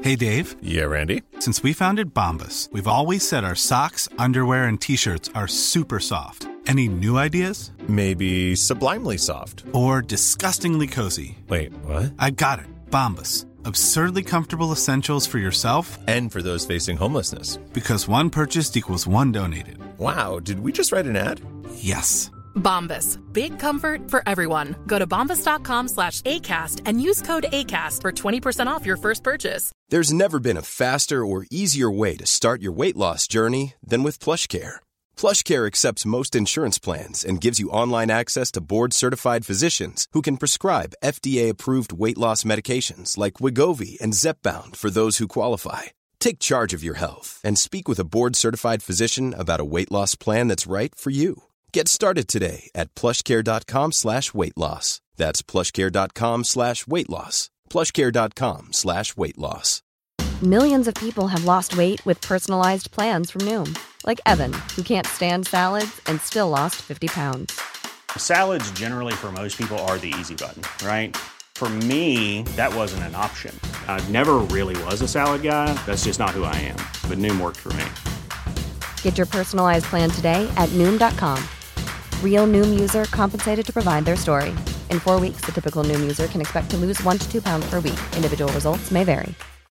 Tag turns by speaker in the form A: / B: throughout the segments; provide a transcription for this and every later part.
A: Hey, Dave.
B: Yeah, Randy.
A: Since we founded Bombas, we've always said our socks, underwear, and T-shirts are super soft. Any new ideas?
B: Maybe sublimely soft.
A: Or disgustingly cozy.
B: Wait, what?
A: I got it. Bombas. Absurdly comfortable essentials for yourself
B: and for those facing homelessness.
A: Because one purchased equals one donated.
B: Wow, did we just write an ad?
A: Yes.
C: Bombas. Big comfort for everyone. Go to bombas.com/ACAST and use code ACAST for 20% off your first purchase.
D: There's never been a faster or easier way to start your weight loss journey than with PlushCare. PlushCare accepts most insurance plans and gives you online access to board-certified physicians who can prescribe FDA-approved weight loss medications like Wegovy and Zepbound for those who qualify. Take charge of your health and speak with a board-certified physician about a weight loss plan that's right for you. Get started today at plushcare.com/weightloss. That's plushcare.com/weightloss. plushcare.com/weightloss.
E: Millions of people have lost weight with personalized plans from Noom. Like Evan, who can't stand salads and still lost 50 pounds.
F: Salads generally for most people are the easy button, right? For me, that wasn't an option. I never really was a salad guy. That's just not who I am. But Noom worked for me.
E: Get your personalized plan today at Noom.com. Real Noom user compensated to provide their story. In 4 weeks, the typical Noom user can expect to lose 1 to 2 pounds per week. Individual results may vary.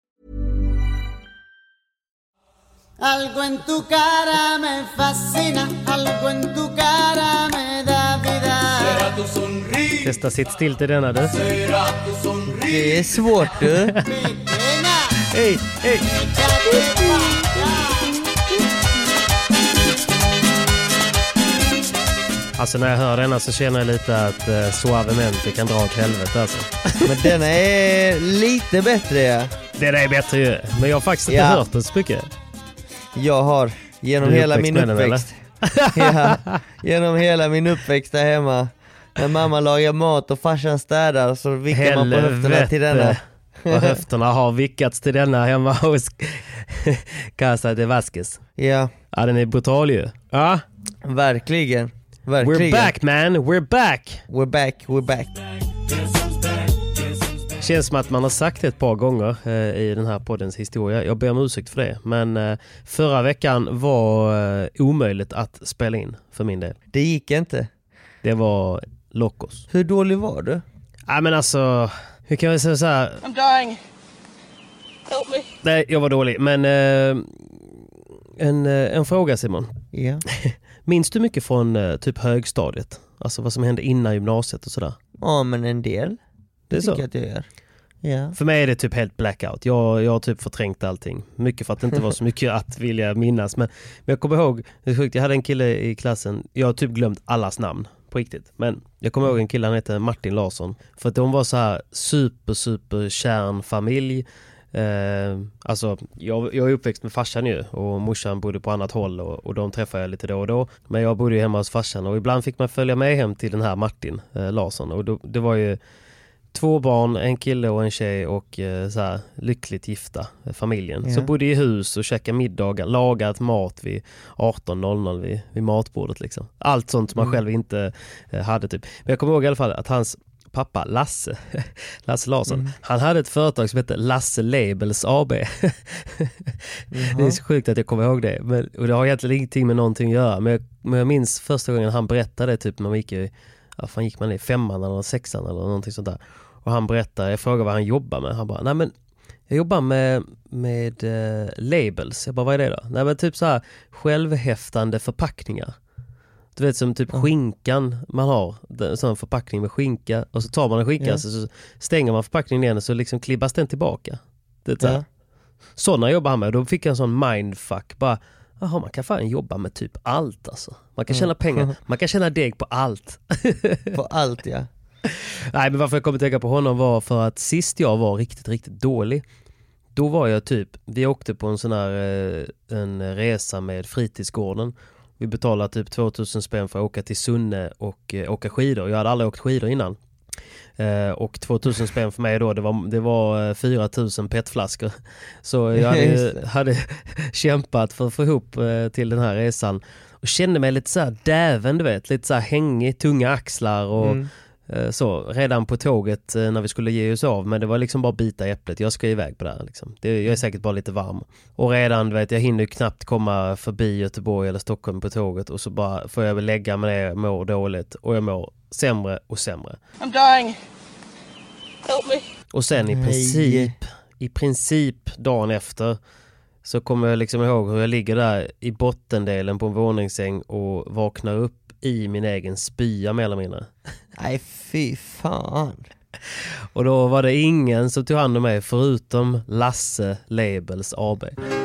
G: Algo en tu cara me fascina, algo en tu cara me da vida. Será tu sonrisa.
H: Testa sitt still till denna du.
G: Será tu sonrisa.
I: Det är svårt du.
H: Hej, hej. Alltså när jag hör denna så känner jag lite att Suavemente kan dra åt helvete alltså.
I: Men denna är lite bättre ja.
H: Den är bättre ju. Men jag har faktiskt inte hört det så mycket.
I: Jag har genom hela min uppväxt. Ja, genom hela min uppväxt där hemma. När mamma lagar mat och farsan städar så vickar man på höfterna till denna.
H: Och höfterna har vickats till denna hemma hos Casa de Vasquez.
I: Ja.
H: Ja, den är brutal ju. Ja.
I: Verkligen.
H: We're back man, we're back.
I: We're back.
H: Känns som att man har sagt det ett par gånger i den här poddens historia. Jag ber om ursäkt för det. Men förra veckan var omöjligt att spela in för min del.
I: Det gick inte.
H: Det var lockos.
I: Hur dålig var du?
H: Ja men alltså, hur kan jag säga så här?
G: I'm dying. Help me.
H: Nej, jag var dålig. Men en fråga Simon.
I: Ja.
H: Minns du mycket från typ högstadiet? Alltså vad som hände innan gymnasiet och sådär?
I: Ja men en del.
H: Det är så?
I: Att jag gör. Ja.
H: För mig är det typ helt blackout. Jag har typ förträngt allting. Mycket för att det inte var så mycket att vilja minnas. Men jag kommer ihåg, jag hade en kille i klassen. Jag har typ glömt allas namn på riktigt. Men jag kommer ihåg en kille, han hette Martin Larsson. För att de var så här super kärn familj. Alltså jag är uppväxt med farsan ju. Och morsan bodde på annat håll. Och de träffade jag lite då och då. Men jag bodde ju hemma hos farsan. Och ibland fick man följa med hem till den här Martin Larsson. Och det var ju 2 barn, en kille och en tjej och så här lyckligt gifta familjen.
I: Ja.
H: Så bodde i hus och käkade middagar, lagat mat vid 18.00 vid matbordet liksom. Allt sånt som man själv inte hade typ. Men jag kommer ihåg i alla fall att hans pappa Lasse Larsson, han hade ett företag som hette Lasse Labels AB. Det är så sjukt att jag kommer ihåg det. Och det har egentligen ingenting med någonting att göra. Men jag minns första gången han berättade typ när man gick i 5:an eller 6:an eller någonting sånt där. Och han berättade, jag frågade vad han jobbar med. Han bara, nej men jag jobbar med labels. Jag bara, vad är det då? Nej men typ så här självhäftande förpackningar. Du vet som typ skinkan man har. En sån förpackning med skinka. Och så tar man en skinka så stänger man förpackningen igen och så liksom klibbas den tillbaka. Det är sådana jobbar han med. Då fick jag en sån mindfuck. Bara, jaha, man kan fan jobba med typ allt alltså. Man kan tjäna pengar. Man kan tjäna deg på allt.
I: På allt, ja.
H: Nej, men varför jag kom att tänka på honom var för att sist jag var riktigt dålig. Då var jag typ, vi åkte på en sån här en resa med fritidsgården. Vi betalade typ 2000 spänn för att åka till Sunne och åka skidor. Jag hade aldrig åkt skidor innan. Och 2000 spänn för mig då, det var 4000 petflaskor. Så jag hade kämpat för att få ihop till den här resan. Och kände mig lite så här däven, du vet. Lite så här hängig, tunga axlar och Så redan på tåget när vi skulle ge oss av, men det var liksom bara bita i äpplet, jag ska iväg på det här liksom. Jag är säkert bara lite varm och redan vet jag hinner knappt komma förbi Göteborg eller Stockholm på tåget och så bara får jag väl lägga mig ner, mår dåligt och jag mår sämre och sämre.
J: I'm dying. Help me.
H: Och sen i princip dagen efter så kommer jag liksom ihåg hur jag ligger där i bottendelen på en våningssäng och vaknar upp i min egen spya mer eller mindre.
I: Nej, fy fan.
H: Och då var det ingen som tog hand om mig förutom Lasse Labels AB.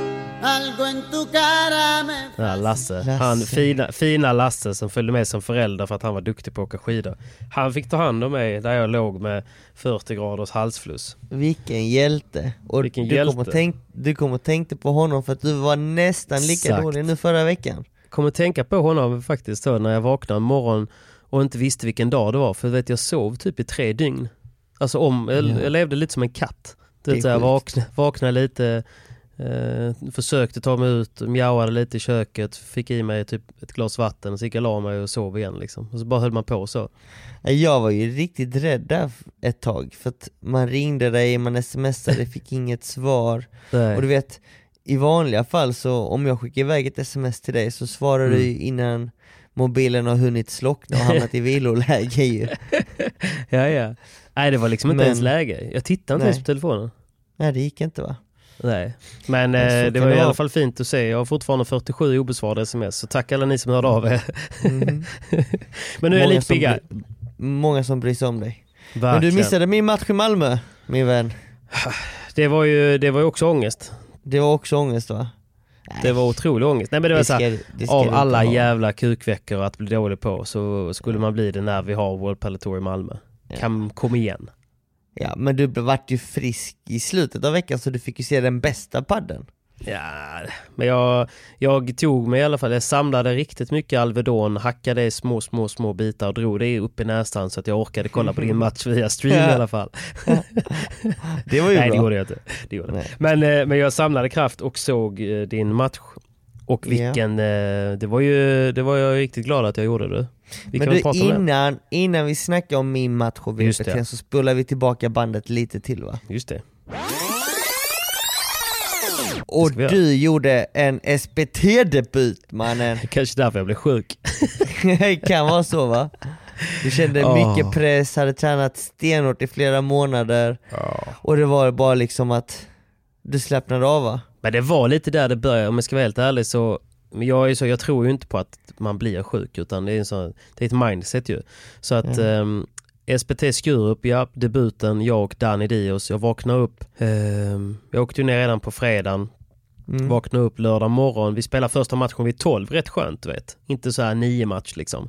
H: Ja, Lasse. Han fina Lasse som följde med som förälder för att han var duktig på att åka skidor. Han fick ta hand om mig där jag låg med 40 graders halsfluss.
I: Vilken hjälte. Och du kom och tänkte på honom för att du var nästan lika dålig nu förra veckan. Kom och tänka på honom faktiskt då när jag vaknade en morgon och inte visste vilken dag det var. För jag sov typ i 3 dygn. Alltså jag levde lite som en katt. Jag vaknade lite, försökte ta mig ut, mjauade lite i köket, fick i mig typ ett glas vatten och så gick jag la mig och sov igen liksom. Och så bara höll man på så. Jag var ju riktigt rädd där ett tag för att man ringde dig, man smsade, fick inget svar. Nej. Och du vet, i vanliga fall så om jag skickar iväg ett sms till dig så svarar du innan mobilen har hunnit slockna och hamnat i viloläge ju.
H: Ja. Nej, det var liksom inte ens läge. Jag tittade inte ens på telefonen.
I: Nej, det gick inte va?
H: Nej, men det var i alla fall fint att se. Jag har fortfarande 47 obesvarade sms, så tack alla ni som hörde av er. Men nu är jag lite pigga.
I: Många som bryr sig om dig.
H: Verkligen.
I: Men du missade min match i Malmö, min vän.
H: Det var ju också ångest.
I: Det var också ångest va?
H: Det var otrolig ångest. Nej, men det var så här, av alla jävla kukveckor att bli dålig på så skulle man bli det när vi har World Padel Tour i Malmö. Kom igen.
I: Ja, men du vart ju frisk i slutet av veckan så du fick ju se den bästa padden.
H: Ja, men jag tog mig i alla fall, jag samlade riktigt mycket Alvedon, hackade i små bitar och drog det upp i nästan så att jag orkade kolla på din match via stream i alla fall.
I: Det var ju
H: bra. Nej, det gjorde jag inte. Men jag samlade kraft och såg din match. Och vilken, det var jag riktigt glad att jag gjorde det.
I: Men du, innan vi snackar om min match och VPT så spolar vi tillbaka bandet lite till va?
H: Just det.
I: Och du gjorde en SPT-debut, mannen.
H: Kanske därför jag blev sjuk.
I: Det kan vara så va? Du kände mycket press, hade tränat stenhårt i flera månader. Och det var bara liksom att du släppnade av va?
H: Men det var lite där det började, om jag ska vara helt ärlig så. Men jag tror ju inte på att man blir sjuk utan det är ett mindset ju. Så att SPT Skurup, debuten, jag och Danny Dios, jag vaknade upp, jag åkte ner redan på fredagen, vaknade upp lördag morgon, vi spelade första matchen vid 12, rätt skönt du vet, inte så här 9 match liksom.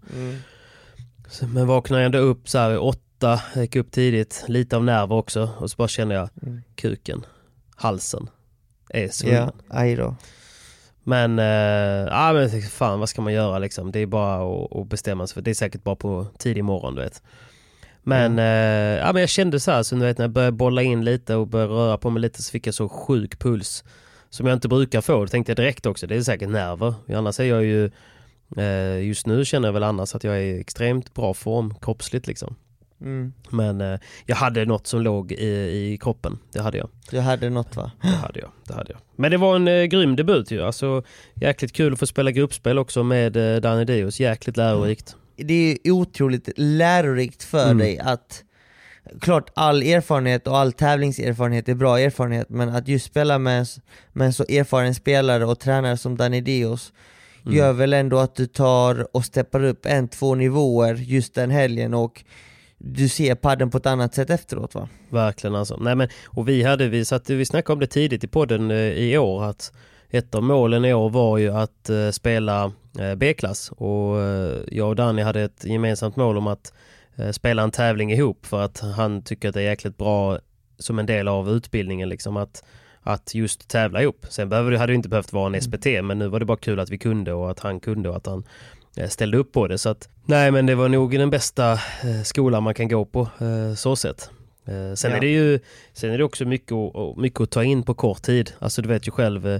H: Men vaknade ändå upp så här 8, gick upp tidigt, lite av nerver också och så bara kände jag kuken, halsen är så.
I: Ja, aj då.
H: Men fan, vad ska man göra liksom? Det är bara att bestämma sig för det är säkert bara på tidig morgon, du vet. Men men jag kände så här, så du vet, när jag började bolla in lite och började röra på mig lite så fick jag så sjuk puls som jag inte brukar få. Det tänkte jag direkt också, det är säkert nerver. Annars är jag ju just nu känner jag väl annars att jag är i extremt bra form kroppsligt liksom. Men jag hade något som låg i kroppen. Det hade jag.
I: Du hade något va?
H: Det hade jag. Men det var en grym debut ju. Alltså jäkligt kul att få spela gruppspel också med Danny Dios. Jäkligt lärorikt.
I: Det är otroligt lärorikt för dig att klart all erfarenhet och all tävlingserfarenhet är bra erfarenhet, men att just spela med en så erfaren spelare och tränare som Danny Dios gör väl ändå att du tar och steppar upp 1-2 nivåer just den helgen och du ser padden på ett annat sätt efteråt va?
H: Verkligen alltså. Nej, men, och vi snackade om det tidigt i podden i år att ett av målen i år var ju att spela B-klass och jag och Danny hade ett gemensamt mål om att spela en tävling ihop för att han tycker att det är jäkligt bra som en del av utbildningen liksom att just tävla ihop. Sen hade det inte behövt vara en SPT men nu var det bara kul att vi kunde och att han kunde och att han ställde upp på det. Så att, nej men det var nog den bästa skolan man kan gå på så sätt. Sen är det också mycket att ta in på kort tid. Alltså du vet ju själv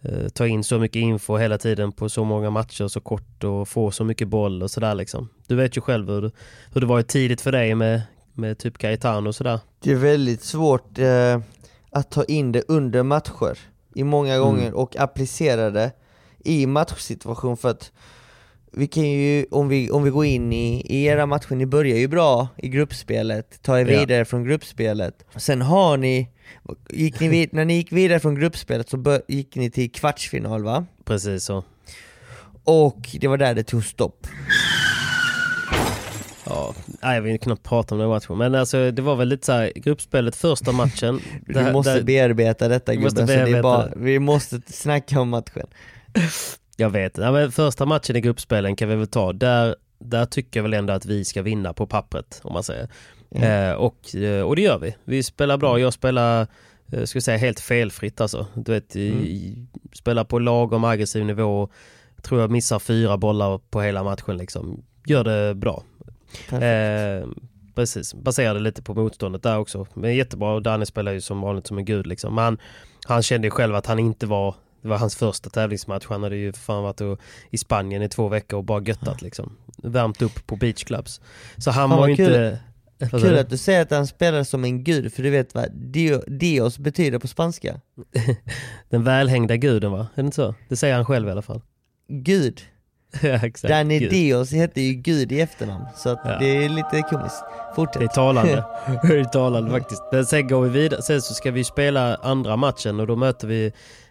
H: ta in så mycket info hela tiden på så många matcher så kort och få så mycket boll och sådär liksom. Du vet ju själv hur det var tidigt för dig med typ Gaetano och sådär.
I: Det är väldigt svårt att ta in det under matcher i många gånger och applicera det i matchsituation, för att vi kan ju, om vi går in i era matcher, ni börjar ju bra i gruppspelet, tar er vidare från gruppspelet. Sen har ni, när ni gick vidare från gruppspelet så gick ni till kvartsfinal, va?
H: Precis så.
I: Och det var där det tog stopp.
H: Ja, jag vill knappt prata om den matchen. Men alltså, det var väl lite så här, gruppspelet första matchen.
I: Vi måste bearbeta detta, gubben. Vi måste snacka om matchen.
H: Jag vet. Ja, men första matchen i gruppspelen kan vi väl ta. Där tycker jag väl ändå att vi ska vinna på pappret, om man säger. Och det gör vi. Vi spelar bra. Jag spelar, ska säga, helt felfritt alltså. Du vet, spelar på lagom aggressiv nivå. Tror jag missar 4 bollar på hela matchen liksom. Gör det bra. Precis, baserade lite på motståndet där också. Men jättebra, och Danny spelar ju som vanligt som en gud liksom. Men han kände ju själv att han inte var, det var hans första tävlingsmatch. Han hade ju fan varit i Spanien i 2 veckor och bara göttat liksom. Värmt upp på beachclubs. Så han var ju inte...
I: Kul att du säger att han spelar som en gud, för du vet vad Dios betyder på spanska.
H: Den välhängda guden, va? Är det inte så? Det säger han själv i alla fall.
I: Gud.
H: Ja, exakt.
I: Danny Dios heter ju Gud i efternamn, så att det är lite komiskt. Fortsätt.
H: Det är talande. Det är talande faktiskt. Men sen går vi vidare. Sen så ska vi spela andra matchen, och då möter vi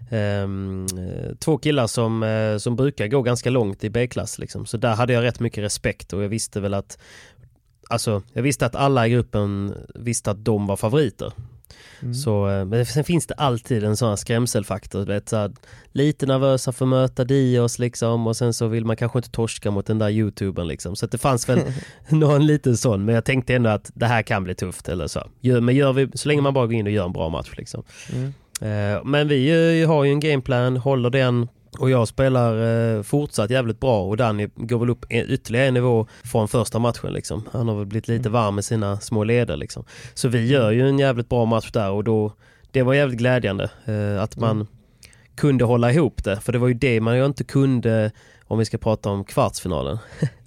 H: 2 killar som brukar gå ganska långt i B-klass liksom. Så där hade jag rätt mycket respekt, och jag visste väl att, alltså, jag visste att alla i gruppen visste att de var favoriter. Så, men sen finns det alltid en sån här skrämselfaktor, vet, så här, lite nervösa för att möta Dios liksom, och sen så vill man kanske inte torska mot den där YouTubern liksom. Så att det fanns väl någon liten sån, men jag tänkte ändå att det här kan bli tufft eller så. Men gör vi, så länge man bara går in och gör en bra match liksom. Men vi har ju en gameplan, håller den. Och jag spelar fortsatt jävligt bra, och Danny går väl upp ytterligare en nivå från första matchen liksom. Han har väl blivit lite varm med sina små leder liksom. Så vi gör ju en jävligt bra match där, och då, det var jävligt glädjande att man kunde hålla ihop det. För det var ju det man ju inte kunde om vi ska prata om kvartsfinalen.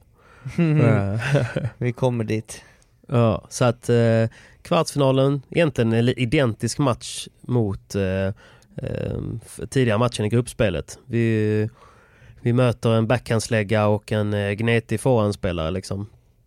I: Vi kommer dit.
H: Ja, så att kvartsfinalen egentligen en identisk match mot tidigare matchen i gruppspelet. Vi möter en backhandslägga och en gnetig forehandspelare liksom.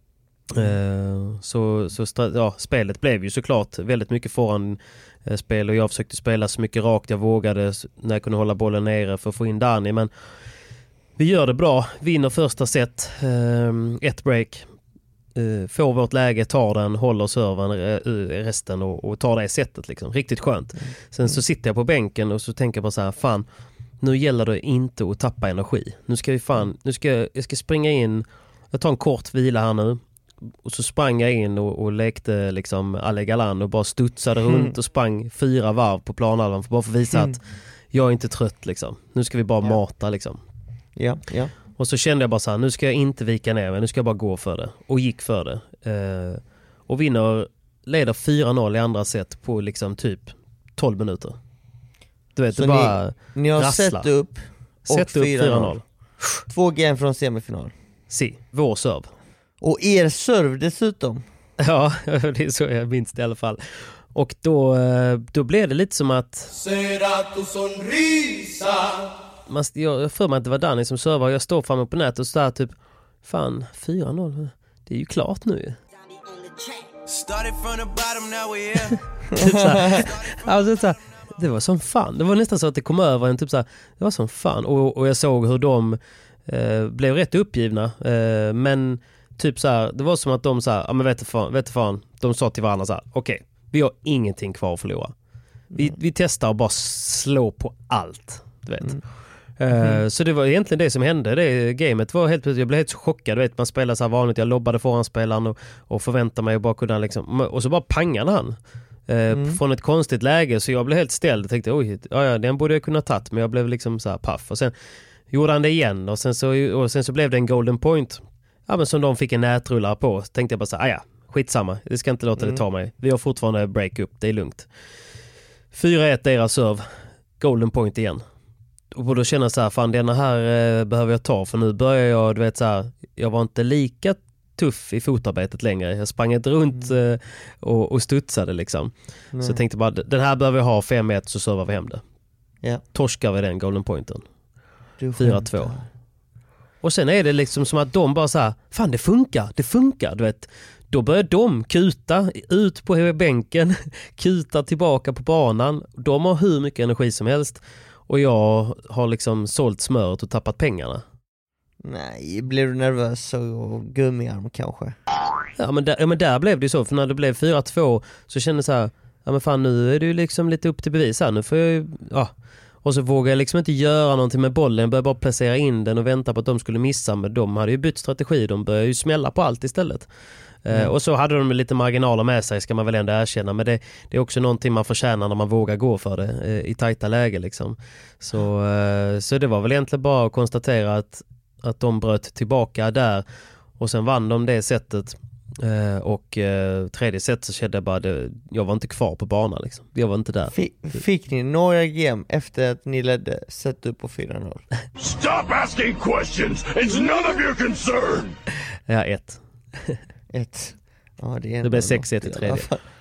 H: Spelet blev ju såklart väldigt mycket forehandspel, och jag försökte spela så mycket rakt jag vågade när jag kunde hålla bollen nere för att få in Danny, men vi gör det bra, vinner första set, 1 break, får vårt läge, tar den, håller serven resten och tar det sättet liksom. Riktigt skönt. Sen så sitter jag på bänken och så tänker jag bara så här, fan, nu gäller det inte att tappa energi. Jag ska springa in, jag tar en kort vila här nu, och så sprang jag in och lekte liksom Alle Galan och bara studsade runt och sprang 4 varv på planhalvan för bara för att visa att jag är inte trött liksom. Nu ska vi bara mata liksom.
I: Ja.
H: Och så kände jag bara så här, nu ska jag inte vika ner mig, nu ska jag bara gå för det. Och gick för det. Och leder 4-0 i andra set på liksom typ 12 minuter. Du vet, så det bara
I: ni har
H: rasslar.
I: Sett upp 4-0. 2 game från semifinal.
H: Vår serv.
I: Och er serv dessutom.
H: Ja, det är så jag minns det i alla fall. Och då blev det lite som att... Jag för mig att det var Danny som servar, och jag står framme på nätet och så där typ, fan, 4-0, det är ju klart nu. Alltså, det var som fan. Det var nästan så att det kom över en typ så här, det var som fan. Och jag såg hur de blev rätt uppgivna. Men typ så här, det var som att de så här, ja men vet du fan, de sa till varandra så här, okej, vi har ingenting kvar att förlora. Vi testar och bara slå på allt, du vet. Så det var egentligen det som hände. Det gamet var helt plötsligt, jag blev helt så chockad, du vet, man spelar så här vanligt, jag lobbade forehandspelaren och förväntade mig att bara kunna liksom, och så bara pangade han från ett konstigt läge, så jag blev helt ställd och tänkte, oj, ja, den borde jag kunna tagit, men jag blev liksom så här paff, och sen gjorde han det igen, och sen så blev det en golden point, ja, men som de fick en nätrullare på, så tänkte jag bara så här, skitsamma, det ska inte låta det ta mig, vi har fortfarande break up, det är lugnt. 4-1 deras serve, golden point igen. Och då känner jag så här, fan den här behöver jag ta, för nu börjar jag, du vet så här, jag var inte lika tuff i fotarbetet längre. Jag sprang inte runt och studsade liksom. Så jag tänkte bara, den här behöver jag ha 5-1 så servar vi hem det.
I: Ja.
H: Torskar vi den golden pointen. 4-2. Och sen är det liksom som att de bara så här, fan det funkar, du vet. Då börjar de kuta ut på bänken, kuta tillbaka på banan. De har hur mycket energi som helst. Och jag har liksom sålt smöret och tappat pengarna.
I: Nej, blev du nervös och gummiarm kanske?
H: Ja men där blev det ju så. För när det blev 4-2 så kände jag så här, ja men fan nu är det ju liksom lite upp till bevis här. Nu får jag ju, ja. Och så vågade jag liksom inte göra någonting med bollen. Jag började bara placera in den och vänta på att de skulle missa. Men de hade ju bytt strategi. De började ju smälla på allt istället. Och så hade de lite marginaler med sig, ska man väl ändå erkänna. Men det är också någonting man förtjänar när man vågar gå för det i tajta läge liksom. Så det var väl egentligen bara att konstatera att de bröt tillbaka där. Och sen vann de det sättet. Och tredje set så kände jag bara jag var inte kvar på banan liksom. Jag var inte där.
I: Fick ni några game efter att ni ledde set upp på 4-0?
K: Stop asking questions. It's none of your concern.
H: Ja, 1.
I: Ja, det
H: blev 6-1 i tredje.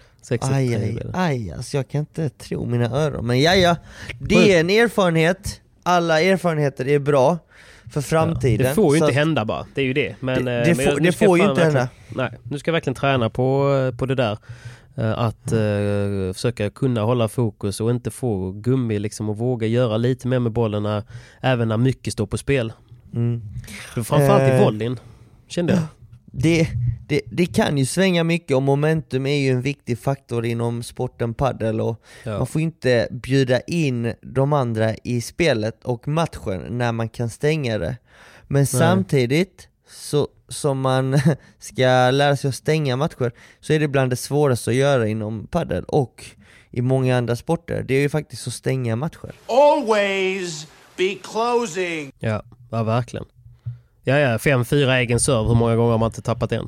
I: 6-1 aj, alltså jag kan inte tro mina öron. Men ja, det är en erfarenhet. Alla erfarenheter är bra för framtiden.
H: Det får ju inte hända bara, det är ju det. Men
I: det får ju inte hända.
H: Nej, nu ska jag verkligen träna på det där. Att försöka kunna hålla fokus och inte få gummi liksom, och våga göra lite mer med bollen även när mycket står på spel. Framförallt i volleyn, kände jag.
I: Det kan ju svänga mycket, och momentum är ju en viktig faktor inom sporten paddel, och man får inte bjuda in de andra i spelet och matchen när man kan stänga det. Men samtidigt så som man ska lära sig att stänga matcher, så är det bland det svåraste att göra inom paddel och i många andra sporter. Det är ju faktiskt att stänga matcher.
K: Always be closing.
H: Ja, verkligen. Ja, 5-4 egen serve. Hur många gånger har man inte tappat den?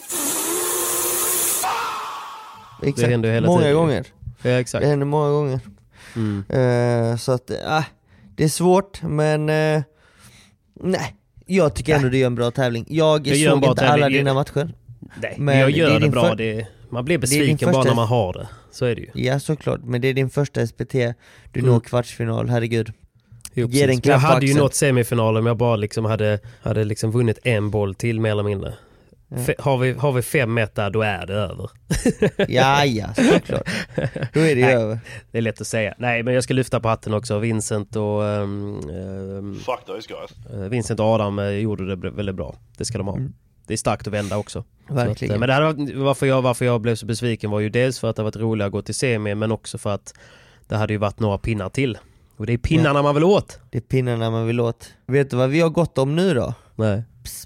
I: Exakt,
H: det händer ju hela
I: många
H: tiden.
I: Gånger.
H: Ja, exakt.
I: Det händer många gånger. Så att, det är svårt, men nej, jag tycker ändå det är en bra tävling. Jag såg inte alla dina matcher.
H: Nej, men jag gör det bra. Man blir besviken bara när man har det. Så är det ju.
I: Ja, såklart. Men det är din första SPT. Du når kvartsfinal, herregud.
H: Jag hade ju nått semifinal om jag bara liksom hade liksom vunnit en boll till mer eller mindre. Har vi 5-1 där, då är det över.
I: Ja, såklart. Då är det över.
H: Det är lätt att säga. Nej, men jag ska lyfta på hatten också. Vincent och
K: Fuck those guys.
H: Vincent och Adam gjorde det väldigt bra. Det ska de ha. Det är starkt att vända också.
I: Verkligen.
H: Att, men det här varför jag blev så besviken var ju dels för att det var roligt att gå till semi, men också för att det hade ju varit några pinnar till. Och det är pinnarna man vill åt.
I: Det är pinnarna man vill åt. Vet du vad vi har gått om nu då?
H: Nej.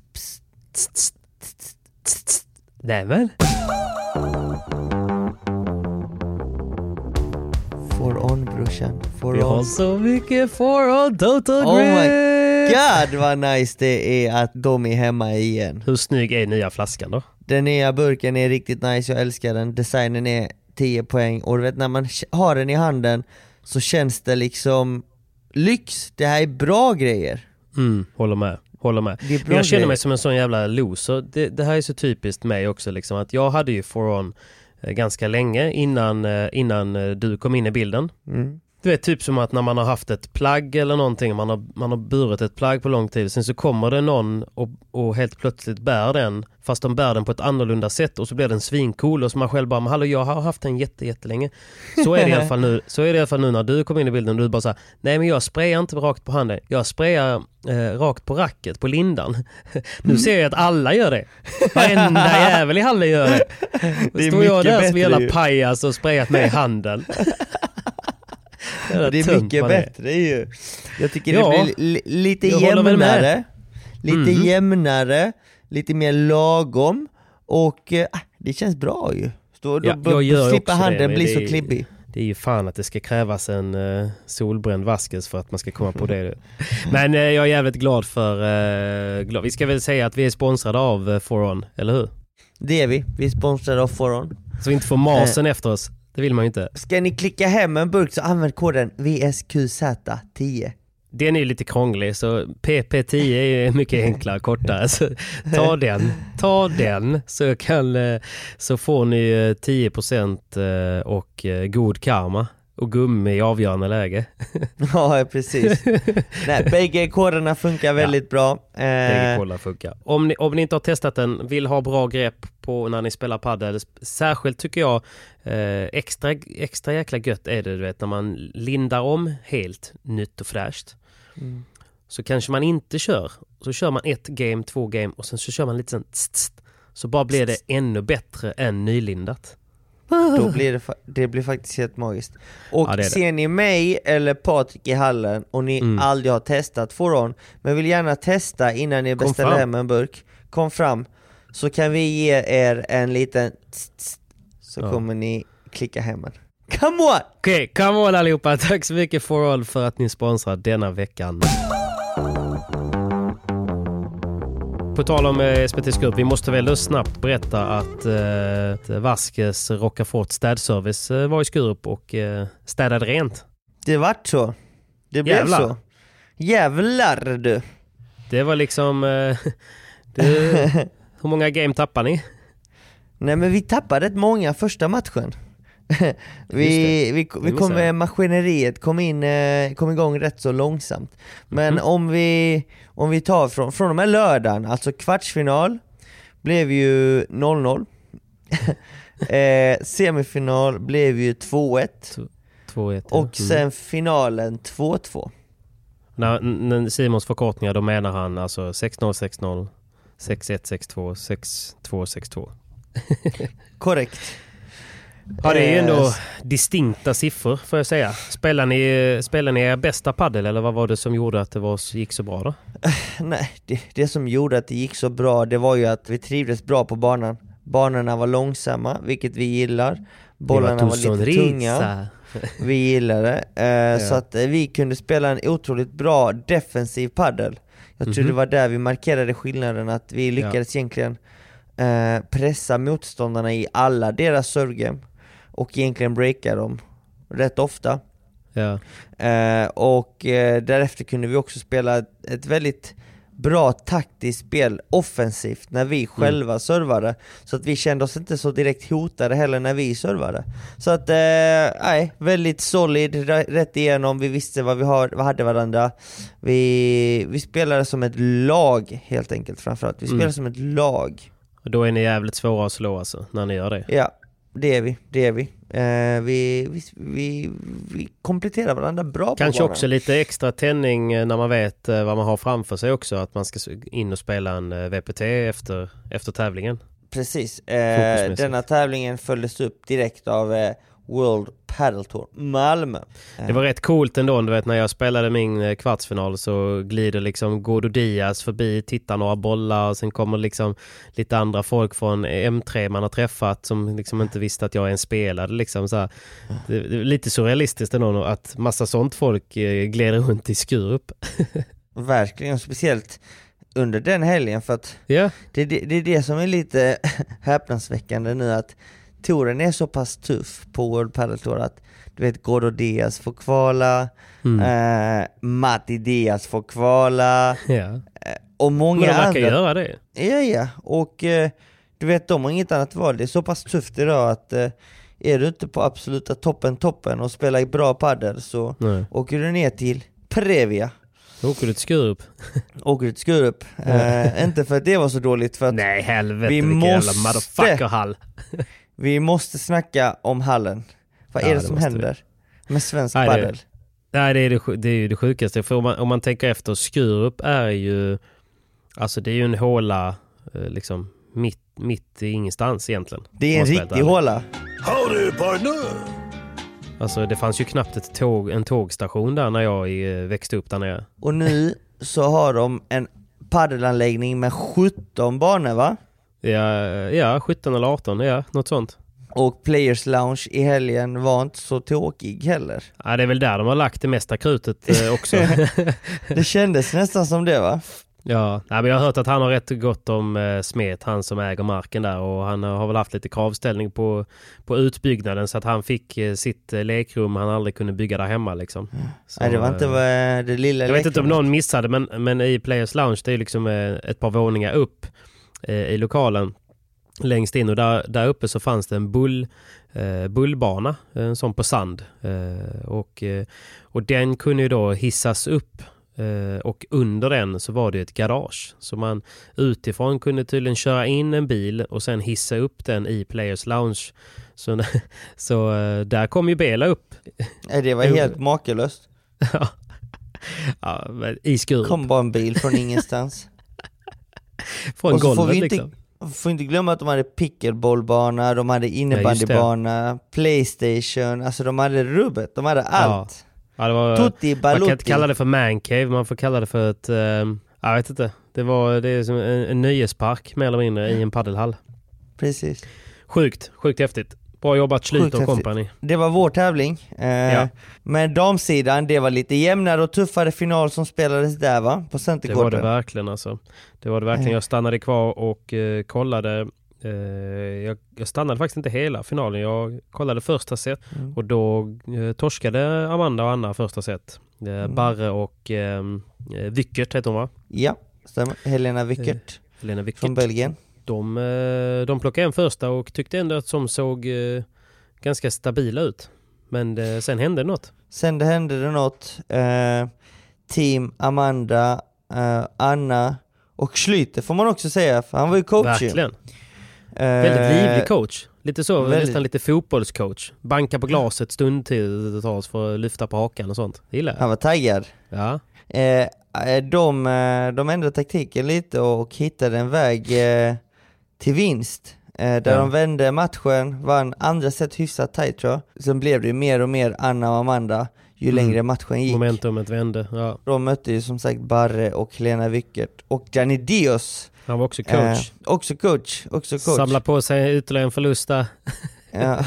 H: Nej men.
I: For on, brorsan.
H: Vi har så mycket for on Total Grip.
I: Oh my god, vad nice det är att de är hemma igen.
H: Hur snygg är nya flaskan då?
I: Den nya burken är riktigt nice, jag älskar den. Designen är 10 poäng. Och du vet, när man har den i handen så känns det liksom lyx. Det här är bra grejer.
H: Håller med. Jag känner mig som en sån jävla loser. Det här är så typiskt mig också liksom, att jag hade ju for on ganska länge innan du kom in i bilden. Du vet, typ som att när man har haft ett plagg eller någonting, man har burit ett plagg på lång tid, sen så kommer det någon och helt plötsligt bär den, fast de bär den på ett annorlunda sätt, och så blir den svincool, och så man själv bara, men hallå, jag har haft den jättelänge. Så är det i alla fall nu när du kom in i bilden, och du bara så här, nej men jag sprayar inte rakt på handen, jag sprayar rakt på racket, på lindan. Nu ser jag att alla gör det. Varenda jävel i hallen gör det. Då står jag där som hela pajas och sprayat mig i handen.
I: Det är mycket bättre ju. Jag tycker det blir lite jämnare, lite mer lagom, och det känns bra ju. Då slipper handen bli så klibbig.
H: Det är ju fan att det ska krävas en solbränd Vasquez för att man ska komma på det. Men jag är jävligt glad för... Vi ska väl säga att vi är sponsrade av For On, eller hur?
I: Det är vi. Vi är sponsrade av For On.
H: Så vi inte får masen efter oss. Det vill man ju inte.
I: Ska ni klicka hem en burk så använd koden VSQZ10.
H: den är lite krånglig, så PP10 är mycket enklare, kortare. Så ta den så får ni 10% och god karma och gummi i avgörande läge.
I: Ja, precis. Nej, bägge koderna funkar väldigt bra.
H: Bägge koderna funkar. Om ni inte har testat den, vill ha bra grepp på när ni spelar paddel, särskilt tycker jag extra jäkla gött är det, du vet, när man lindar om helt nytt och fräscht. Så kanske man inte så kör man 1 game, 2 game och sen så kör man lite sån så bara blir det ännu bättre än nylindat.
I: Då blir det blir faktiskt helt magiskt. Och ser ni mig eller Patrik i hallen och ni aldrig har testat For On, men vill gärna testa innan ni beställer hem en burk, kom fram, så kan vi ge er en liten så kommer ni klicka hem en. Come on!
H: Okej, come on allihopa. Tack så mycket For On för att ni sponsrar denna veckan. På tal om SPTs grupp, vi måste väl snabbt berätta att Vaskes Rocafort städservice var i Skurup och städade rent.
I: Det vart så. Det blev Jävlar. Så. Jävlar du.
H: Det var liksom... hur många game tappade ni?
I: Nej, men vi tappade rätt många första matchen. vi kom med maskineriet, kom igång rätt så långsamt. Men om vi tar från de här lördagen, alltså kvartsfinal blev ju 0-0. Semifinal blev ju 2-1.
H: 2-1
I: och sen finalen 2-2.
H: När Simons förkortningar, då menar han alltså 6-0, 6-0, 6-1, 6-2, 6-2, 6-2.
I: Korrekt.
H: Ja, det är ju ändå distinkta siffror, får jag säga. Spelar ni er bästa paddel, eller vad var det som gjorde att det gick så bra då?
I: Nej, det som gjorde att det gick så bra, det var ju att vi trivdes bra på banan. Banorna var långsamma, vilket vi gillar. Bollarna var lite tunga. Vi gillar det. Så att vi kunde spela en otroligt bra defensiv paddel. Jag tror det var där vi markerade skillnaden, att vi lyckades egentligen pressa motståndarna i alla deras servegame och egentligen breaka dem rätt ofta. Och därefter kunde vi också spela ett väldigt bra taktiskt spel offensivt när vi själva servade, så att vi kände oss inte så direkt hotade heller när vi servade. Så att väldigt solid rätt igenom. Vi visste vad vi hade varandra. Vi spelade som ett lag helt enkelt, framförallt. Vi spelade som ett lag.
H: Och då är ni jävligt svåra att slå alltså, när ni gör det.
I: Ja, det är vi. Vi kompletterar varandra bra.
H: Kanske på också lite extra tändning när man vet vad man har framför sig också, att man ska in och spela en VPT efter tävlingen.
I: Precis. Denna tävlingen följdes upp direkt av World Padel Tour Malmö.
H: Det var rätt coolt ändå, du vet, när jag spelade min kvartsfinal så glider liksom Gordo Diaz förbi, tittar några bollar och sen kommer liksom lite andra folk från M3 man har träffat som liksom inte visste att jag är en spelare liksom så här. Det är lite surrealistiskt ändå att massa sånt folk glider runt i Skurup.
I: Verkligen, speciellt under den helgen, för att det är det som är lite häpnadsväckande nu, att touren är så pass tuff på World Padel Tour att du vet, Gordo Diaz får kvala, Matti Diaz får kvala, och många andra
H: kan göra det.
I: Ja, och du vet, de har inget annat val. Det är så pass tufft idag att är du inte på absoluta toppen och spelar i bra paddel, så åker du ner till Previa.
H: Åker du till Skurup?
I: Inte för att det var så dåligt, för att
H: nej, helvete, vilken jävla motherfucker-hall.
I: Vi måste snacka om hallen. Vad är det som händer med svensk paddel?
H: Nej, det är ju det sjukaste. För om man tänker efter, Skurup är ju, alltså det är ju en håla liksom mitt i ingenstans egentligen.
I: Det är en riktig håla.
K: Howdy, partner!
H: Alltså det fanns ju knappt en tågstation där när jag växte upp där nere.
I: Och nu så har de en paddelanläggning med 17 banor, va?
H: Ja, 17 eller 18, något sånt.
I: Och Players Lounge i helgen var inte så tråkig heller.
H: Ja, det är väl där de har lagt det mesta krutet också.
I: Det kändes nästan som det, va?
H: Ja, men jag har hört att han har rätt gott om Smet, han som äger marken där, och han har väl haft lite kravställning på utbyggnaden så att han fick sitt lekrum han aldrig kunde bygga där hemma liksom. Så,
I: nej, det var inte det lilla.
H: Jag vet inte om någon missade, men i Players Lounge det är liksom ett par våningar upp i lokalen längst in, och där uppe så fanns det en bullbana, en sån på sand, och den kunde ju då hissas upp. Och under den så var det ett garage, så man utifrån kunde tydligen köra in en bil och sen hissa upp den i Players Lounge, så där kom ju Bela upp.
I: Det var helt makalöst.
H: Ja, i skuren.
I: Kom bara en bil från ingenstans.
H: Från golvet liksom.
I: Får inte glömma att de hade pickleballbana, de hade innebandybana, PlayStation, alltså de hade rubbet, de hade allt.
H: Ja, det var,
I: Tutti Balutti.
H: Man kan inte kalla det för mancave, man får kalla det för ett, jag vet inte, det är som en nöjespark mer eller mindre i en paddelhall.
I: Precis.
H: Sjukt häftigt. Bra jobbat Schlyter och company.
I: Det var vår tävling. Men damsidan, det var lite jämnare och tuffare final som spelades där, va? På Centergården.
H: Det var det verkligen alltså. Det var det verkligen. Jag stannade kvar och kollade. Jag stannade faktiskt inte hela finalen. Jag kollade första set och då torskade Amanda och Anna första set. Barre och Wickert heter hon, va?
I: Ja, stämmer. Helena Wickert från Belgien.
H: De plockade en första och tyckte ändå att de såg ganska stabila ut. Men sen hände det något.
I: Team Amanda, Anna och Schlyter får man också säga, för han var ju coach.
H: Verkligen. Väldigt livlig coach. Lite så, nästan lite fotbollscoach. Banka på glaset stundtid för att lyfta på hakan och sånt. Gillar.
I: Han var taggad.
H: Ja.
I: De ändrade taktiken lite och hittade en väg till vinst. Där de vände matchen, vann andra set hyfsat tight, tror jag. Sen blev det ju mer och mer Anna och Amanda ju längre matchen gick.
H: Momentumet vände, ja.
I: De mötte ju som sagt Barre och Helena Wickert och Gianni Dios.
H: Han var också coach.
I: Också coach.
H: Samla på sig ytterligare en förlust där.
I: Ja.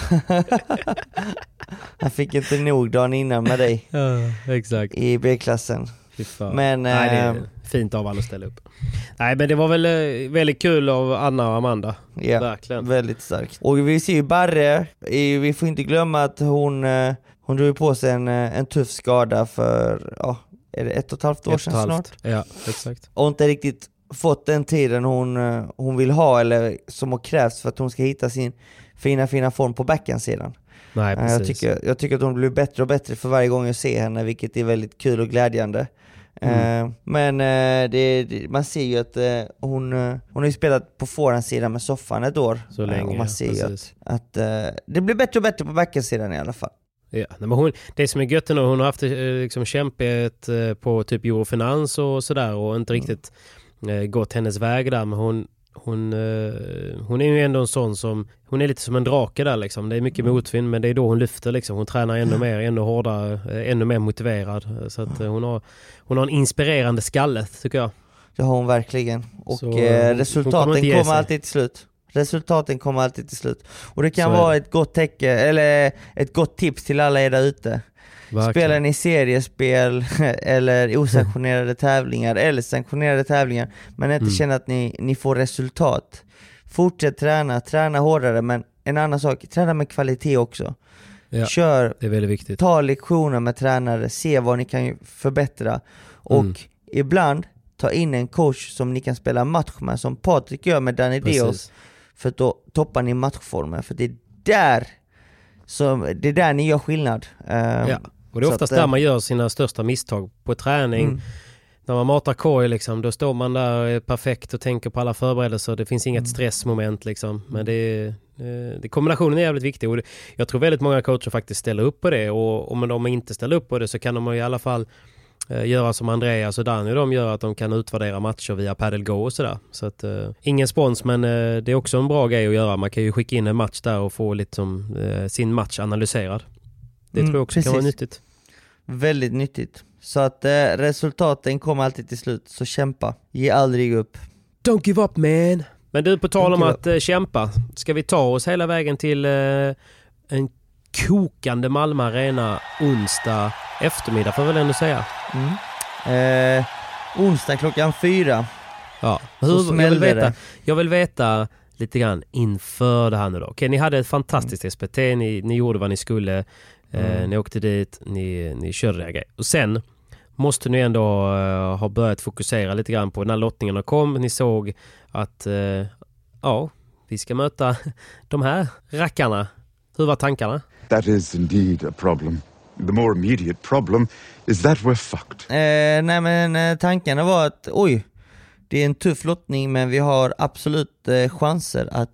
I: Han fick inte nog dagen innan med dig.
H: Ja, exakt.
I: I B-klassen.
H: Men nej, det är fint av alla att ställa upp. Nej, men det var väl väldigt kul av Anna och Amanda.
I: Ja, verkligen. Väldigt starkt. Och vi ser ju Barre, vi får inte glömma att hon drog på sig en tuff skada för, är det 1,5 år sedan snart?
H: Ja, exakt.
I: Och inte riktigt fått den tiden hon vill ha, eller som har krävts för att hon ska hitta sin fina form på backhandsidan.
H: Nej, precis.
I: Jag tycker att hon blir bättre och bättre för varje gång jag ser henne, vilket är väldigt kul och glädjande. Men man ser ju att hon har ju spelat på forehandsidan med soffan ett år.
H: Så länge,
I: och man ser ju att det blir bättre och bättre på backhandsidan i alla fall.
H: Ja, men det som är gött nu, hon har haft liksom kämpet på typ Eurofinans och sådär och inte riktigt gått hennes väg där, men hon är ju ändå en sån som, hon är lite som en drake där liksom. Det är mycket motvind, men det är då hon lyfter liksom. Hon tränar ännu mer, ännu hårdare, ännu mer motiverad. Så att hon har en inspirerande skalle, tycker jag.
I: Det har hon verkligen. Och resultaten kommer alltid till slut. Resultaten kommer alltid till slut. Och det kan vara ett gott tecken, eller ett gott tips till alla er där ute. Spelar ni seriespel eller osanktionerade tävlingar eller sanktionerade tävlingar, men inte känner att ni får resultat. Fortsätt träna hårdare, men en annan sak, träna med kvalitet också.
H: Ja,
I: kör,
H: det är väldigt viktigt.
I: Ta lektioner med tränare, se vad ni kan förbättra och ibland ta in en coach som ni kan spela match med, som Patrik gör med Danny Dios, för då toppar ni matchformen, för det är där ni gör skillnad.
H: Ja. Och det är oftast där man gör sina största misstag på träning. När man matar korg liksom, då står man där perfekt och tänker på alla förberedelser. Det finns inget stressmoment liksom. Men kombinationen är jävligt viktig. Och jag tror väldigt många coacher faktiskt ställer upp på det. Och om de inte ställer upp på det så kan de i alla fall göra som Andreas och Danny. De gör att de kan utvärdera matcher via Padel Go och sådär. Så att, ingen spons, men det är också en bra grej att göra. Man kan ju skicka in en match där och få liksom, sin match analyserad. Det tror jag också kan vara nyttigt.
I: Väldigt nyttigt. Så att resultaten kommer alltid till slut. Så kämpa. Ge aldrig upp.
H: Don't give up, man. Men du, på tal om att kämpa. Ska vi ta oss hela vägen till en kokande Malmö Arena onsdag eftermiddag, får jag väl ändå säga.
I: onsdag klockan 4.
H: Ja, jag vill veta lite grann inför det här nu då. Okej, ni hade ett fantastiskt SPT, ni gjorde vad ni skulle, ni åkte dit, ni körde det. Och sen måste ni ändå ha börjat fokusera lite grann på när lottningarna kom. Ni såg att vi ska möta de här rackarna. Hur var tankarna?
K: That is indeed a problem. The more immediate problem is that we're fucked.
I: Tankarna var att det är en tuff lottning, men vi har absolut chanser att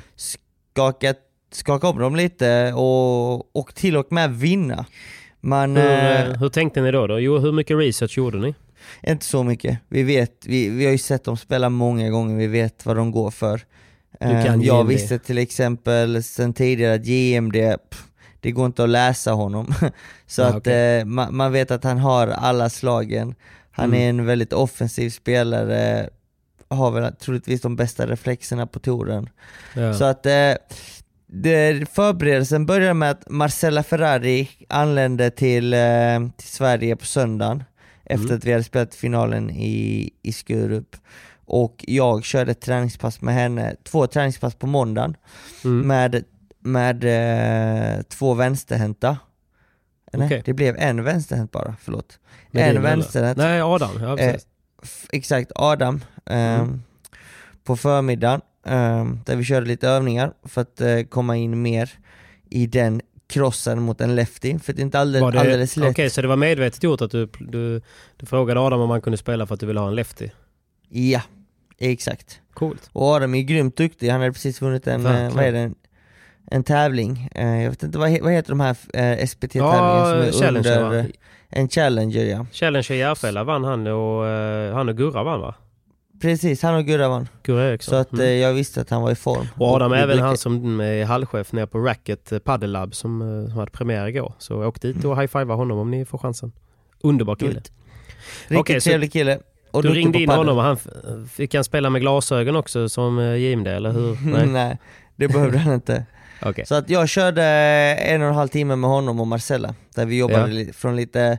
I: skaka om dem lite och till och med vinna.
H: Hur tänkte ni då? Jo, hur mycket research gjorde ni?
I: Inte så mycket. Vi har ju sett dem spela många gånger. Vi vet vad de går för. Jag visste till exempel sen tidigare att JMD, det går inte att läsa honom. Så att man vet att han har alla slagen. Han är en väldigt offensiv spelare. Har väl troligtvis de bästa reflexerna på touren. Ja. Så att förberedelsen började med att Marcella Ferrari anlände till Sverige på söndagen. Efter att vi hade spelat finalen i Skurup. Och jag körde ett träningspass med henne. 2 träningspass på måndagen. Med 2 vänsterhänta. Nej, det blev en vänsterhänt bara, förlåt. En vänsterhänt.
H: Nej, Adam. Ja,
I: exakt, Adam. På förmiddagen. Där vi körde lite övningar för att komma in mer i den crossen mot en lefty. För det är inte alldeles lätt.
H: Okej, så det var medvetet gjort att du frågade Adam om man kunde spela för att du ville ha en lefty?
I: Ja, exakt.
H: Coolt.
I: Och Adam är grymt duktig. Han hade precis vunnit en tävling. Jag vet inte, vad heter de här SPT-tävlingarna som är
H: Challenger,
I: under... En Challenger, ja.
H: Challenger i Järfälla vann han och Gurra vann, va?
I: Precis, han och Gurra vann. Så att jag visste att han var i form.
H: Och Adam är väl han som är halvchef nere på Racket Padel Lab som hade premiär igår. Så åk dit och high-fiva honom om ni får chansen. Underbar kille.
I: Riktigt trevlig kille.
H: Och du ringde in honom och fick han spela med glasögon också som JMD, eller hur?
I: Nej, det behövde han inte.
H: Okay.
I: Så att jag körde 1,5 timme med honom och Marcella. Där vi jobbade från lite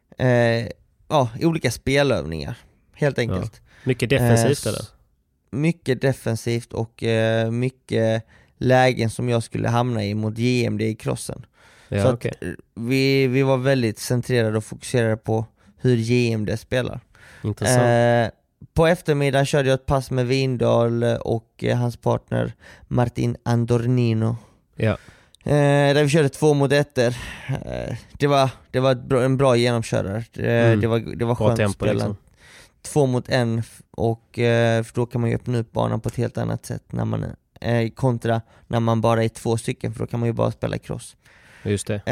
I: olika spelövningar. Helt enkelt.
H: Ja. Mycket defensivt eller?
I: Mycket defensivt och mycket lägen som jag skulle hamna i mot JMD i crossen.
H: Ja,
I: så att vi var väldigt centrerade och fokuserade på hur JMD spelar.
H: Intressant.
I: På eftermiddagen körde jag ett pass med Vindal och hans partner Martin Andornino.
H: Ja.
I: Där vi körde 2 mot 1. Det var en bra genomkörare. Det var skönt att spela liksom. 2 mot 1 och för då kan man ju öppna upp banan på ett helt annat sätt när man kontra när man bara är 2 stycken, för då kan man ju bara spela cross.
H: Just det.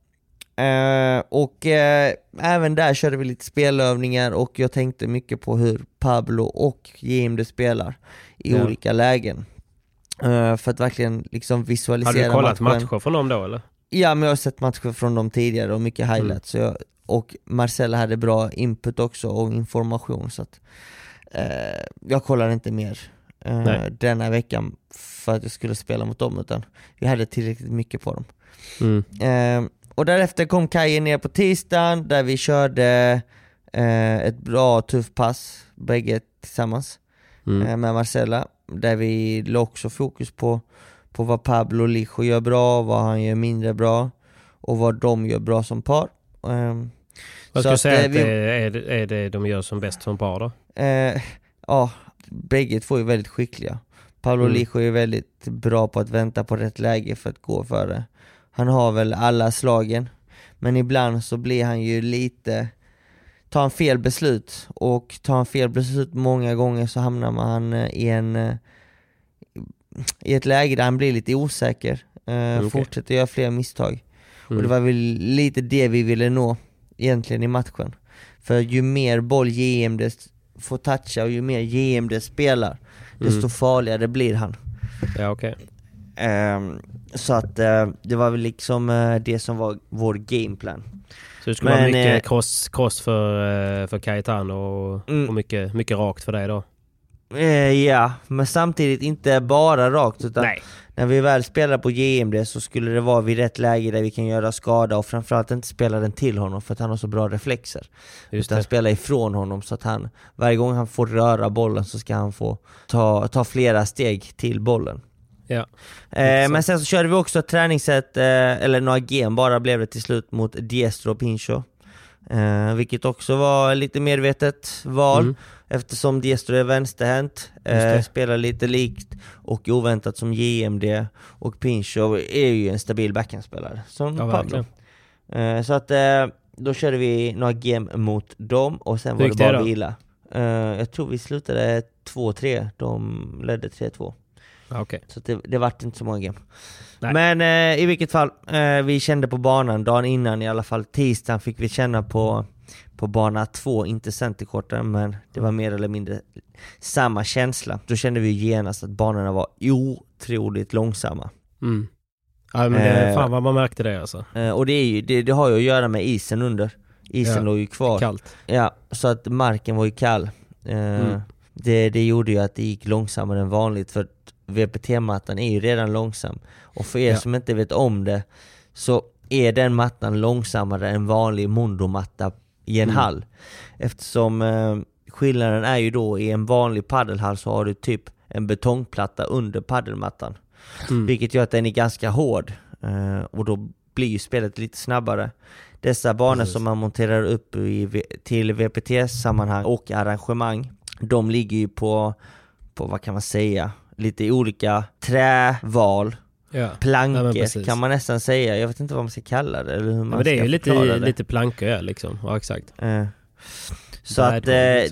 I: Även där körde vi lite spelövningar och jag tänkte mycket på hur Pablo och JMD spelar i olika lägen. För att verkligen liksom visualisera.
H: Har du kollat matcher från dem då eller?
I: Ja, men jag har sett matcher från dem tidigare och mycket highlights. Så och Marcella hade bra input också och information, så att jag kollade inte mer denna veckan för att jag skulle spela mot dem, utan vi hade tillräckligt mycket på dem. Och därefter kom Kajen ner på tisdagen där vi körde ett bra tufft pass bägge tillsammans med Marcella, där vi la också fokus på vad Pablo Lijo gör bra, vad han gör mindre bra och vad de gör bra som par.
H: Vad ska du säga att är det de gör som bäst som par då?
I: Ja, bägge två är väldigt skickliga. Pablo Lijo är väldigt bra på att vänta på rätt läge för att gå för det. Han har väl alla slagen, men ibland så blir han ju lite, tar han fel beslut, och tar han fel beslut många gånger så hamnar man i ett läge där han blir lite osäker, fortsätter göra fler misstag. Och det var väl lite det vi ville nå egentligen i matchen. För ju mer boll JMD får toucha och ju mer JMD spelar, desto farligare blir han.
H: Ja, okej.
I: Så att det var väl liksom det som var vår gameplan.
H: Så det skulle vara mycket cross för Cayetano och mycket rakt för dig då?
I: Ja, men samtidigt inte bara rakt, utan när vi väl spelar på JMD så skulle det vara vid rätt läge där vi kan göra skada och framförallt inte spela den till honom för att han har så bra reflexer. Utan spela ifrån honom så att han, varje gång han får röra bollen så ska han få ta flera steg till bollen.
H: Ja.
I: Men sen så körde vi också ett träningssätt, eller några game bara blev det till slut mot Diestro och Pincho. Vilket också var lite medvetet val eftersom Diestro är vänsterhänt, spelar lite likt och oväntat som JMD, och Pincho är ju en stabil backhandspelare som Pablo. Så att då körde vi några game mot dem och sen var det bara vila. Jag tror vi slutade 2-3, de ledde 3-2.
H: Okay.
I: Så det vart inte så många game. Nej. Men i vilket fall, vi kände på banan dagen innan, i alla fall tisdagen fick vi känna på bana 2, inte centerkorten, men det var mer eller mindre samma känsla. Då kände vi genast att banorna var otroligt långsamma.
H: Ja, men fan vad man märkte det alltså.
I: Och det har ju att göra med isen under. Isen låg ju kvar.
H: Kallt.
I: Ja, så att marken var ju kall. Det gjorde ju att det gick långsammare än vanligt, för VPT-mattan är ju redan långsam. Och för er som inte vet om det, så är den mattan långsammare än vanlig Mondo-matta i en hall. Eftersom skillnaden är ju då, i en vanlig paddelhall så har du typ en betongplatta under paddelmattan. Vilket gör att den är ganska hård. Och då blir ju spelet lite snabbare. Dessa banor som man monterar upp till VPT-sammanhang och arrangemang, de ligger ju på vad kan man säga, lite olika träval, plankor kan man nästan säga. Jag vet inte vad man ska kalla det eller hur man
H: men det är ju
I: det.
H: lite plankor liksom. Ja, exakt.
I: Så att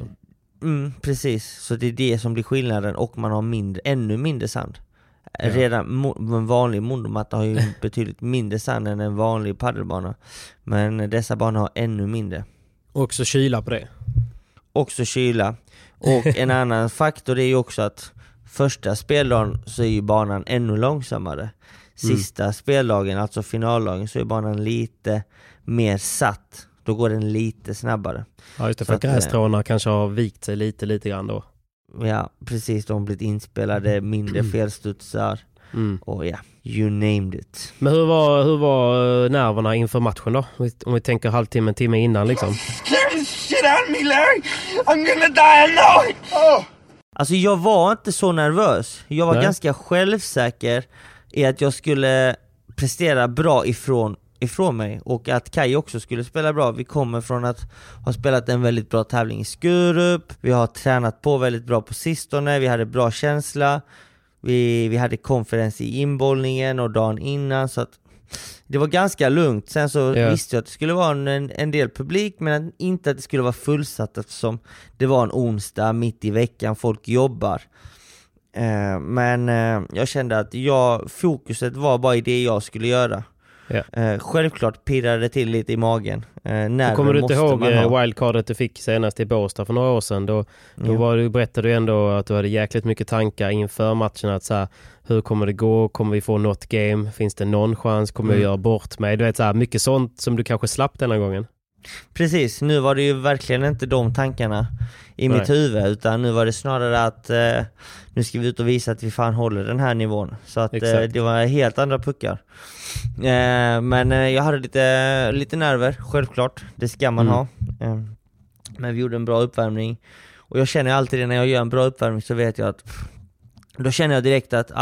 I: precis, så det är det som blir skillnaden, och man har ännu mindre sand. Redan en vanlig mondomatta har ju betydligt mindre sand än en vanlig paddelbana, men dessa banor har ännu mindre.
H: Också kyla på det.
I: Också kyla. Och en annan faktor är ju också att första speldagen så är ju banan ännu långsammare. Sista speldagen, alltså finaldagen, så är banan lite mer satt. Då går den lite snabbare.
H: Ja, just det, för att grässtråna kanske har vikt sig lite grann då.
I: Ja, precis. De har blivit inspelade, mindre felstudsar. Och you named it.
H: Men hur var nerverna inför matchen då? Om vi tänker en timme innan liksom.
L: Shit on me, Larry! I'm gonna die, I know it! Oh.
I: Alltså jag var inte så nervös. Jag var ganska självsäker i att jag skulle prestera bra ifrån mig, och att Kaj också skulle spela bra. Vi kommer från att ha spelat en väldigt bra tävling i Skurup. Vi har tränat på väldigt bra på sistone. Vi hade bra känsla. Vi hade konferens i inbollningen och dagen innan, så att det var ganska lugnt. Sen så visste jag att det skulle vara en del publik, men inte att det skulle vara fullsatt eftersom det var en onsdag mitt i veckan, folk jobbar. Men jag kände att fokuset var bara i det jag skulle göra. Självklart pirrade det till lite i magen.
H: Kommer du inte ihåg wildcardet du fick senast i Båstad för några år sedan? Då berättade du ändå att du hade jäkligt mycket tankar inför matchen, att så här, hur kommer det gå? Kommer vi få något game? Finns det någon chans? Kommer jag göra bort mig? Du vet, så här, mycket sånt som du kanske slapp denna gången.
I: Precis, nu var det ju verkligen inte de tankarna i mitt huvud, utan nu var det snarare att nu ska vi ut och visa att vi fan håller den här nivån. Så att det var helt andra puckar. Men jag hade lite nerver, självklart. Det ska man ha. Men vi gjorde en bra uppvärmning. Och jag känner alltid när jag gör en bra uppvärmning så vet jag att då känner jag direkt att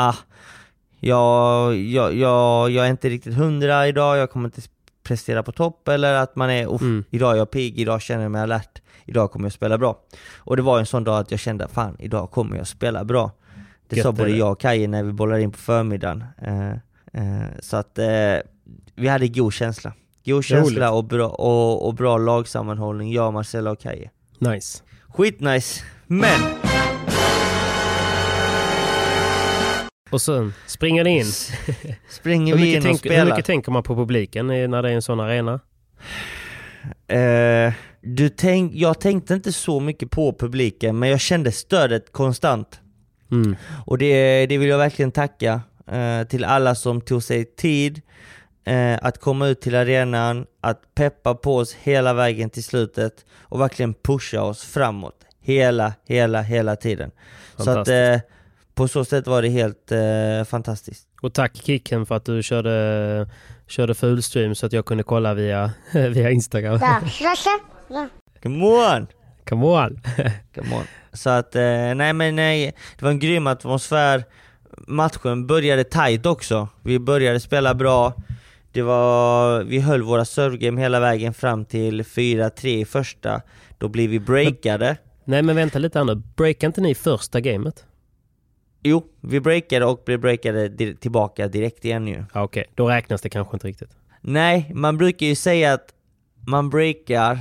I: jag är inte riktigt 100 idag. Jag kommer inte prestera på topp, eller att man är idag är jag pigg, idag känner jag mig alert, idag kommer jag spela bra. Och det var en sån dag att jag kände, fan, idag kommer jag spela bra. Det sa både jag och Kaj när vi bollade in på förmiddagen. Så att vi hade god känsla. God känsla och bra lagsammanhållning, jag, Marcella och Kaj.
H: Nice.
I: Skitnice. Men
H: och sen springer det in.
I: Springer vi in och spelar.
H: Hur mycket tänker man på publiken när det är en sån arena?
I: Jag tänkte inte så mycket på publiken, men jag kände stödet konstant. Och det vill jag verkligen tacka till alla som tog sig tid att komma ut till arenan, att peppa på oss hela vägen till slutet och verkligen pusha oss framåt hela tiden. Så att på så sätt var det helt fantastiskt.
H: Och tack Kicken för att du körde full stream så att jag kunde kolla via Instagram.
I: Come on!
H: Come on!
I: Come on. Så att, nej, det var en grym atmosfär. Matchen började tight också. Vi började spela bra. Vi höll våra servegame hela vägen fram till 4-3 i första. Då blev vi breakade.
H: Nej men vänta lite nu. Breakade inte ni första gamet?
I: Jo, vi breakade och blev breakade tillbaka direkt igen ju.
H: Okej, då räknas det kanske inte riktigt.
I: Nej, man brukar ju säga att man breakar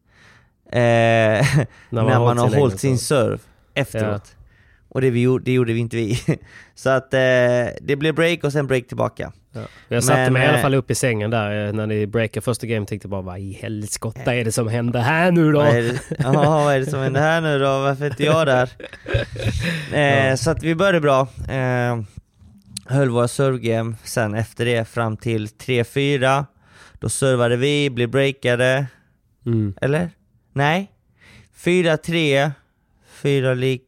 I: när man har hållit sin serve efteråt. Ja. Och det gjorde vi inte vi. Så att det blev break och sen break tillbaka.
H: Ja. Jag satte mig i alla fall upp i sängen där när ni breakade första game, tänkte bara, vad i helskotta är det som händer här nu då?
I: Vad är det som händer här nu då? Varför är inte jag där? Så att vi började bra. Höll våra servegame sen efter det fram till 3-4. Då servade vi, blev breakade. Eller? Nej. 4-3. 4 lika.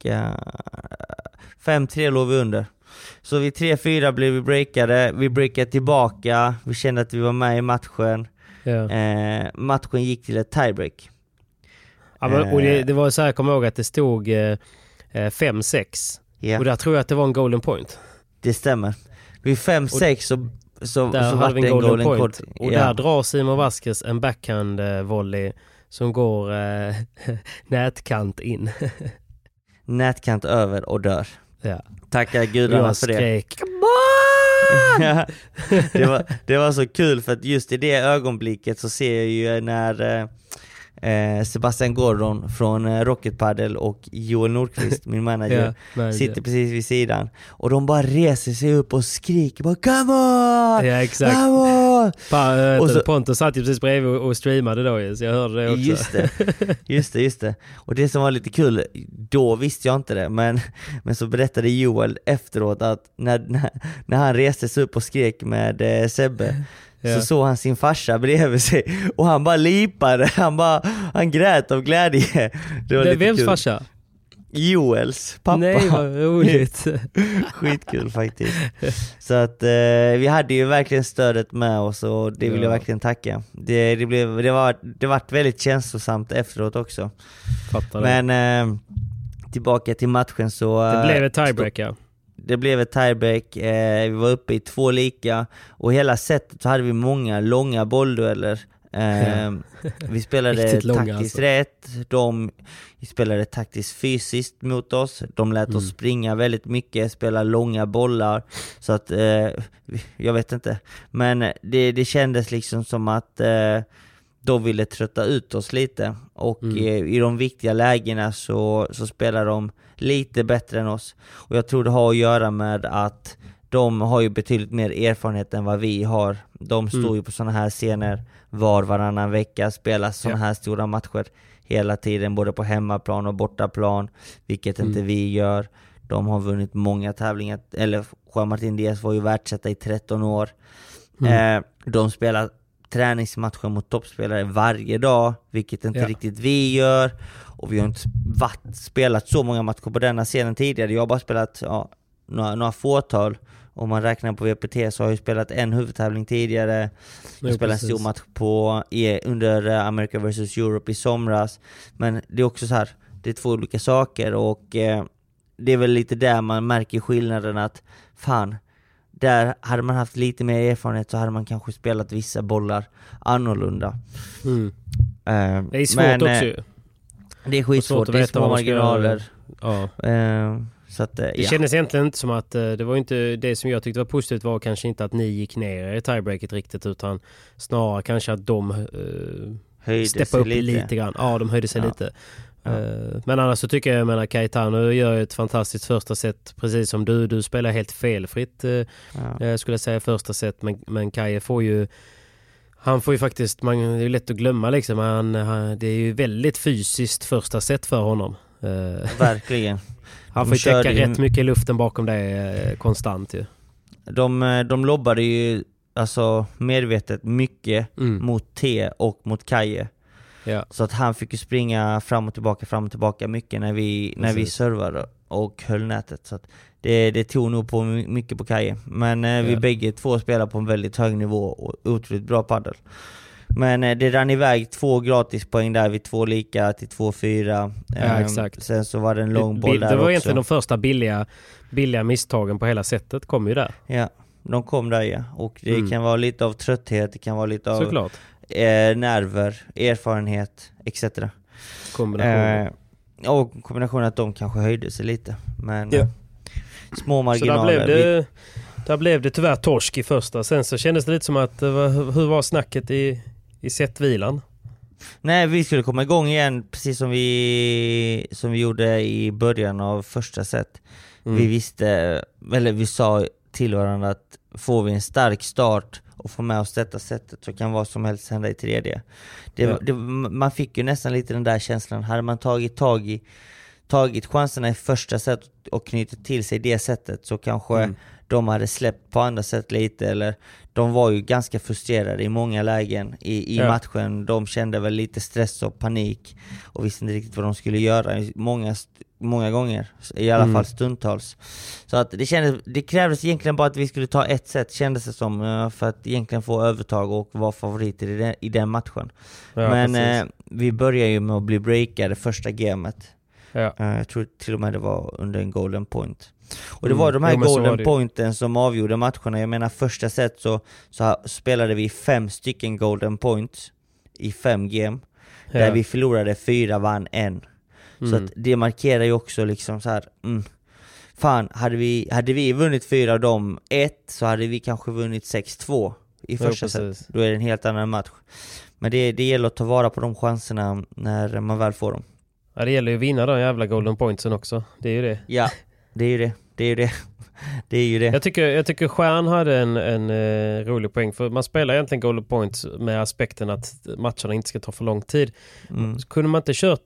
I: 5-3 låg vi under. Så vid 3-4 blev vi breakade. Vi breakade tillbaka. Vi kände att vi var med i matchen. Ja. Matchen gick till ett tiebreak.
H: Ja, men, och det var så här, jag kommer ihåg att det stod 5-6.
I: Yeah.
H: Och där tror jag att det var en golden point.
I: Det stämmer. Vid 5-6 så var det en golden point.
H: Och där drar Simon Vasquez en backhand volley som går nätkant in.
I: Nätkant över och dör.
H: Ja.
I: Tackar gudarna för det.
H: Skrek,
I: ja, det var så kul för att just i det ögonblicket så ser jag ju när Sebastian Gordon från Rocket Paddle och Joel Nordqvist, min manager, sitter precis vid sidan. Och de bara reser sig upp och skriker bara, come on!
H: Ja, exakt.
I: Come on!
H: Och så, Pontus satt ju precis bredvid och streamade då, så jag hörde det också.
I: Just det. Och det som var lite kul, då visste jag inte det, men så berättade Joel efteråt att när han reste sig upp och skrek med Sebbe, så såg han sin farsa bredvid sig och han bara lipade, han grät av glädje. Det var lite
H: vems
I: kul.
H: Farsa?
I: Joels pappa.
H: Nej, vad roligt.
I: Skitkul faktiskt. Så att vi hade ju verkligen stödet med oss och det vill jag verkligen tacka. Det var väldigt känslosamt efteråt också.
H: Fattar det.
I: Men tillbaka till matchen så...
H: Det blev ett tiebreak, ja.
I: Det blev ett tiebreak, vi var uppe i 2 lika och hela setet så hade vi många långa bolldueller. Vi spelade taktiskt rätt, de spelade taktiskt fysiskt mot oss, de lät oss springa väldigt mycket, spela långa bollar, så att jag vet inte, men det kändes liksom som att de ville trötta ut oss lite och i de viktiga lägena så spelar de lite bättre än oss. Och jag tror det har att göra med att de har ju betydligt mer erfarenhet än vad vi har. De står ju på sådana här scener varannan vecka, spelar sådana här stora matcher hela tiden, både på hemmaplan och bortaplan, vilket inte vi gör. De har vunnit många tävlingar, eller Juan Martín Díaz var ju världsetta i 13 år. De spelar träningsmatcher mot toppspelare varje dag, vilket inte riktigt vi gör, och vi har inte spelat så många matcher på denna scenen tidigare. Jag har bara spelat några fåtal. Om man räknar på VPT så har jag spelat en huvudtävling tidigare. Jag spelade en stor match under America vs Europe i somras. Men det är också så här, det är 2 olika saker, och det är väl lite där man märker skillnaden, att fan, där hade man haft lite mer erfarenhet så hade man kanske spelat vissa bollar annorlunda.
H: Det är svårt också.
I: Det är skitsvårt, det är små marginaler. Så att,
H: det kändes egentligen inte som att det var inte det som jag tyckte var positivt, var kanske inte att ni gick ner i tiebreaket riktigt, utan snarare kanske att de steppade upp lite grann. Ja, de höjde sig lite. Men annars så tycker jag, Cayetano gör ett fantastiskt första set, precis som du spelar helt felfritt skulle jag säga första set, men Kaje får ju, han får ju faktiskt, det är ju lätt att glömma liksom, det är ju väldigt fysiskt första set för honom.
I: Verkligen.
H: Han får ju täcka rätt mycket i luften bakom det konstant ju.
I: De lobbade ju alltså medvetet mycket mot T och mot Kaje. Ja. Så att han fick ju springa fram och tillbaka mycket när vi servade. och höll nätet. Så att det tog nog på mycket på Kaje. Men vi bägge två spelar på en väldigt hög nivå och otroligt bra paddel. Men det rann iväg 2 gratispoäng där vid 2 lika till 2-4.
H: Exakt.
I: Sen så var det en lång boll där också.
H: Det var egentligen de första billiga misstagen på hela sättet kom ju där.
I: Ja, de kom där ja. Och det kan vara lite av trötthet, det kan vara lite av nerver, erfarenhet, etc. Kombinationen att de kanske höjde sig lite. Men små marginaler.
H: Där blev det tyvärr torsk i första. Sen så kändes det lite som att hur var snacket i setvilan?
I: Nej, vi skulle komma igång igen precis som vi gjorde i början av första set. Vi visste, eller vi sa till varandra att får vi en stark start och får med oss detta sättet så kan vad som helst hända i tredje. Man fick ju nästan lite den där känslan. Hade man tagit chanserna i första set och knutit till sig det sättet så kanske de hade släppt på andra sätt lite, eller de var ju ganska frustrerade i många lägen i matchen. De kände väl lite stress och panik och visste inte riktigt vad de skulle göra många gånger, i alla fall stundtals. Så att det krävdes egentligen bara att vi skulle ta ett set, kändes det som, för att egentligen få övertag och vara favoriter i den matchen. Men vi började ju med att bli breakade första gamet. Jag tror till och med det var under en golden point. Och det var de här golden pointen som avgjorde matcherna. Jag menar första set så spelade vi 5 stycken golden points i 5 game. Där vi förlorade 4, vann 1. Så att det markerar ju också liksom så här. Fan, hade vi vunnit 4 av dem 1 så hade vi kanske vunnit 6-2 i första set. Då är det en helt annan match. Men det gäller att ta vara på de chanserna när man väl får dem.
H: Ja, det gäller ju att vinna de jävla golden pointsen också. Det är ju det.
I: Ja, det är ju det. Det är ju det.
H: Jag tycker Stjärn hade en rolig poäng. För man spelar egentligen golden points med aspekten att matcherna inte ska ta för lång tid. Så kunde man inte kört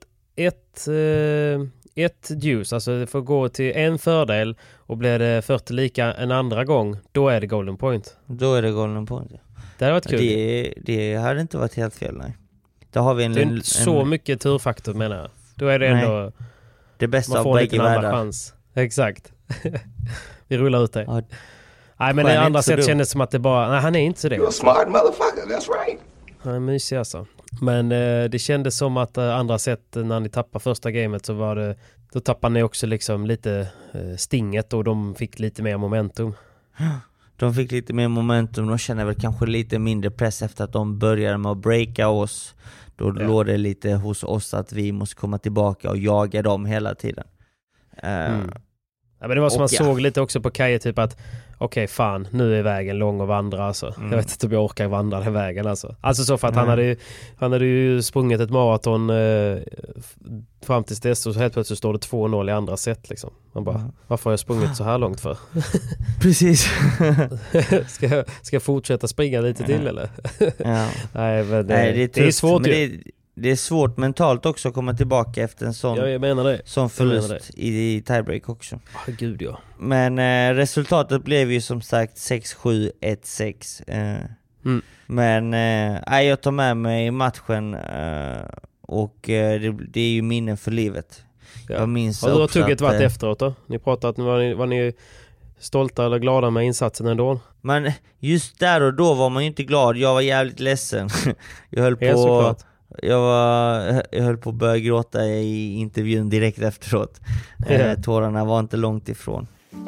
H: ett deuce, alltså det får gå till en fördel och blir det 40 lika en andra gång, då är det golden point.
I: Då är det golden point, ja.
H: Det hade varit kul.
I: Det hade inte varit helt fel, nej. Då har vi
H: det är inte så mycket turfaktor, menar jag. Då är det ändå
I: det bästa av bägge världar.
H: Exakt. Vi rullar ut det. Ja. Nej, men det andra sätt kändes som att det bara... Nej, han är inte så det.
L: You're a smart motherfucker, that's right.
H: Han är mysig alltså. Men det kändes som att andra sätt när ni tappade första gamet så var det... Då tappade ni också liksom lite stinget och de fick lite mer momentum.
I: De fick lite mer momentum. De känner väl kanske lite mindre press efter att de började med att breaka oss. Då låg det lite hos oss att vi måste komma tillbaka och jaga dem hela tiden.
H: Ja, men det var som man såg lite också på Kaje typ att okej, fan, nu är vägen lång att vandra alltså. Jag vet inte om jag orkar vandra den vägen alltså. Alltså så för att han hade ju sprungit ett maraton fram till dess och så helt plötsligt står det 2-0 i andra set liksom. Man bara, varför har jag sprungit så här långt för?
I: Precis.
H: Ska jag fortsätta springa lite till eller?
I: Ja.
H: Nej, men det är svårt.
I: Men det är svårt mentalt också att komma tillbaka efter en sån förlust i tiebreak också.
H: Gud ja.
I: Men resultatet blev ju som sagt 6-7, 1-6. Men jag tar med mig matchen och det är ju minnen för livet.
H: Ja.
I: Jag minns
H: har du tugget varit efteråt då? Ni pratade att var ni stolta eller glada med insatsen ändå?
I: Men just där och då var man ju inte glad. Jag var jävligt ledsen. Jag höll på att börja gråta i intervjun direkt efteråt. Tårarna var inte långt ifrån.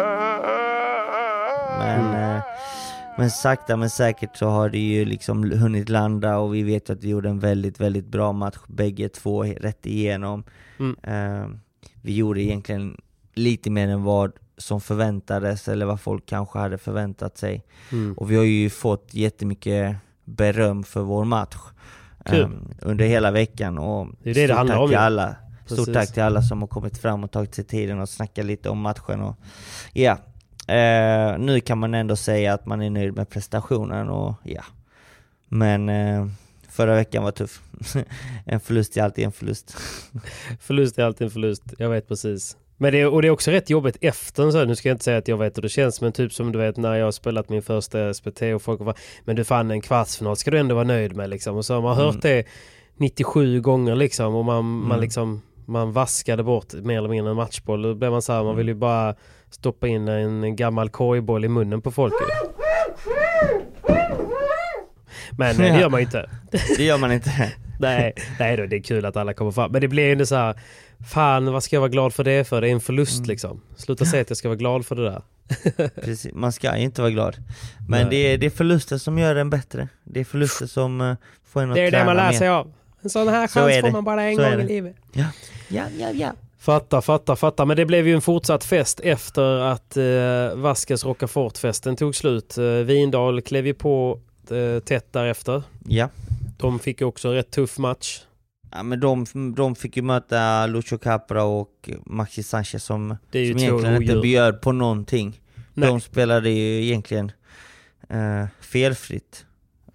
I: Men sakta men säkert så har det ju liksom hunnit landa och vi vet att vi gjorde en väldigt, väldigt bra match. Bägge två rätt igenom. Vi gjorde egentligen lite mer än vad som förväntades eller vad folk kanske hade förväntat sig. Och vi har ju fått jättemycket beröm för vår match. Under hela veckan och
H: det är det handlar om.
I: Stort tack till alla som har kommit fram och tagit sig tiden och snackat lite om matchen och nu kan man ändå säga att man är nöjd med prestationen och men förra veckan var tuff. En förlust är alltid en förlust.
H: Förlust är alltid en förlust, jag vet precis. Men det är också rätt jobbigt efter så. Nu ska jag inte säga att jag vet hur det känns, men typ som du vet när jag har spelat min första SPT och folk var, men du fann en kvartsfinal, ska du ändå vara nöjd med liksom. Och så har man hört det 97 gånger liksom och man liksom man vaskade bort mer eller mindre en matchboll. Då blev man så här, man vill ju bara stoppa in en gammal korgboll i munnen på folk. Men det gör man inte.
I: Det gör man inte.
H: Nej då, det är kul att alla kommer fram. Men det blir ju ändå så här, fan, vad ska jag vara glad för det för? Det är en förlust liksom. Sluta säga att jag ska vara glad för det där.
I: Precis, man ska inte vara glad. Men det är förluster som gör en bättre. Det är förluster som får en att träna.
H: Det är det man lär sig av. En sån här chans får man bara en gång i livet.
I: Ja.
H: Fatta. Men det blev ju en fortsatt fest efter att Vasquez Rocafort-festen tog slut. Vindal klev ju på tätt därefter.
I: Ja.
H: De fick ju också en rätt tuff match.
I: Ja, men de fick ju möta Lucho Capra och Maxi Sanchez som egentligen inte bjöd på någonting. Nej. De spelade ju egentligen felfritt.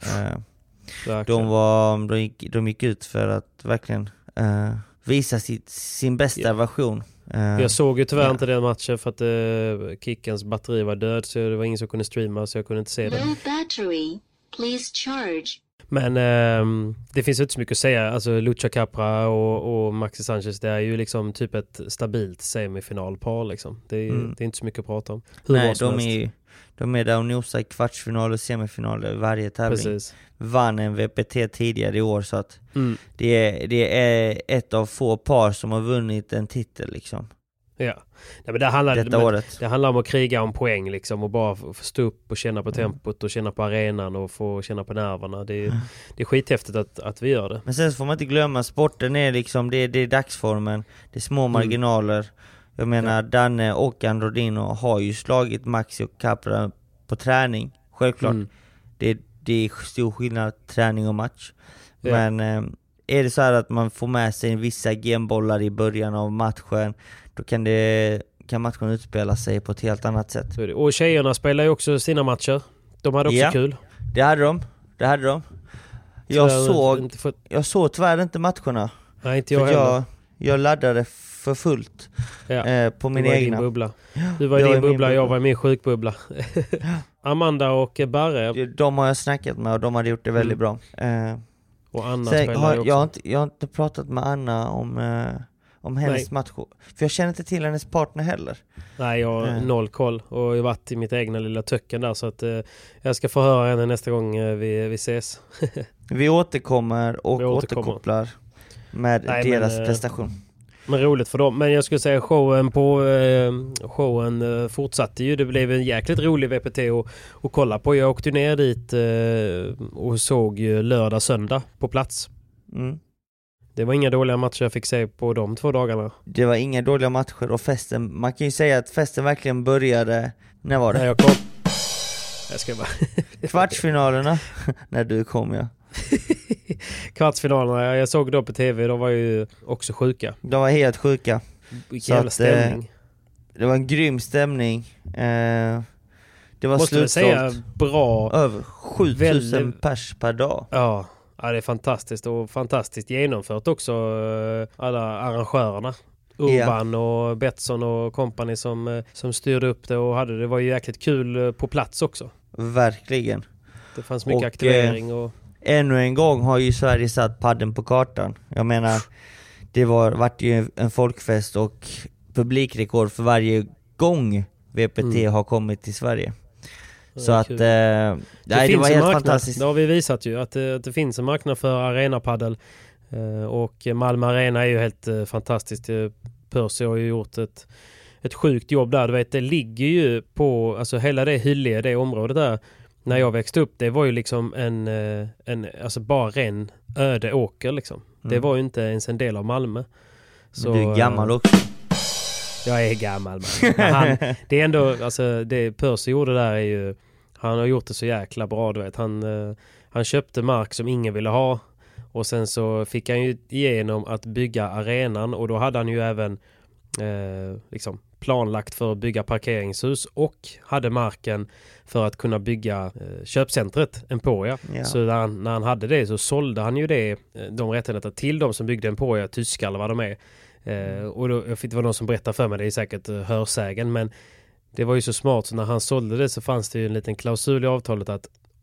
I: De gick ut för att verkligen visa sin bästa version.
H: Jag såg ju tyvärr inte den matchen för att Kickens batteri var död, så det var ingen som kunde streama, så jag kunde inte se det.
M: Low battery, please charge.
H: Men det finns inte så mycket att säga. Alltså Lucha Capra och Maxi Sanchez, det är ju liksom typ ett stabilt semifinalpar liksom. Det är inte så mycket att prata om.
I: De är där och nosar i kvartsfinal och semifinaler varje tävling. Precis. Vann en VPT tidigare i år, så att det är ett av få par som har vunnit en titel liksom.
H: Ja. Nej, men det handlar om att kriga om poäng liksom, och bara få stå upp och känna på tempot och känna på arenan och få känna på nerverna. Det är skithäftigt att vi gör det.
I: Men sen får man inte glömma, sporten är liksom, det är dagsformen, det är små marginaler. Jag menar, Danne och Androdino har ju slagit Maxi och Capra på träning. Självklart. Det är stor skillnad träning och match. Men är det så här att man får med sig vissa genbollar i början av matchen, då kan matchen utspela sig på ett helt annat sätt.
H: Och tjejerna spelar ju också sina matcher. De hade också kul.
I: Det hade de. Jag såg tyvärr inte matcherna.
H: Nej, inte jag heller.
I: Jag laddade för fullt på min egna.
H: Du var i din bubbla, jag var i min sjukbubbla. Amanda och Barre.
I: De har jag snackat med och de hade gjort det väldigt bra.
H: Och Anna spelar också.
I: Jag har inte pratat med Anna om hennes match. För jag känner inte till hennes partner heller.
H: Nej, jag har noll koll. Och jag har varit i mitt egna lilla töcken där. Så att jag ska få höra henne nästa gång vi ses.
I: Vi återkommer och återkopplar med deras prestation.
H: Men roligt för dem. Men jag skulle säga showen fortsatte ju. Det blev en jäkligt rolig VPT att kolla på. Jag åkte ner dit och såg lördag, söndag på plats. Det var inga dåliga matcher jag fick se på de 2 dagarna.
I: Det var inga dåliga matcher, och festen, man kan ju säga att festen verkligen började, när var det?
H: När jag kom. Jag ska bara...
I: Kvartsfinalerna, när du kom, ja.
H: Kvartsfinalerna, jag såg då på tv, de var ju också sjuka.
I: De var helt sjuka.
H: Jävla stämning.
I: Det var en grym stämning. Det var
H: slutsålt. Bra.
I: Över 7000 pers per dag.
H: Ja, det är fantastiskt, och fantastiskt genomfört också, alla arrangörerna. Urban och Betsson och company som styrde upp det och hade det. Var ju jäkligt kul på plats också.
I: Verkligen.
H: Det fanns mycket aktivering och...
I: Ännu en gång har ju Sverige satt padden på kartan. Jag menar, det vart ju en folkfest och publikrekord för varje gång VPT har kommit till Sverige. Så att det var helt fantastiskt.
H: Det har vi visat ju, att det finns en marknad för arenapaddel. Och Malmö Arena är ju helt fantastiskt. Percy har ju gjort ett sjukt jobb där. Du vet, det ligger ju på, alltså hela det Hyllie, det området där. När jag växte upp, det var ju liksom alltså bara ren öde åker liksom. Det var ju inte ens en del av Malmö.
I: Så, men du är gammal också.
H: Jag är gammal, man. Det är ändå, alltså det Percy gjorde där är ju, han har gjort det så jäkla bra, du vet. Han köpte mark som ingen ville ha, och sen så fick han ju igenom att bygga arenan, och då hade han ju även liksom planlagt för att bygga parkeringshus och hade marken för att kunna bygga köpcentret Emporia. Ja. Så när han hade det så sålde han ju de rättigheterna till de som byggde Emporia, tyskar eller vad de är. Och då, jag fick det var någon som berättade för mig, det är säkert hörsägen, men det var ju så smart, så när han sålde det så fanns det ju en liten klausul i avtalet att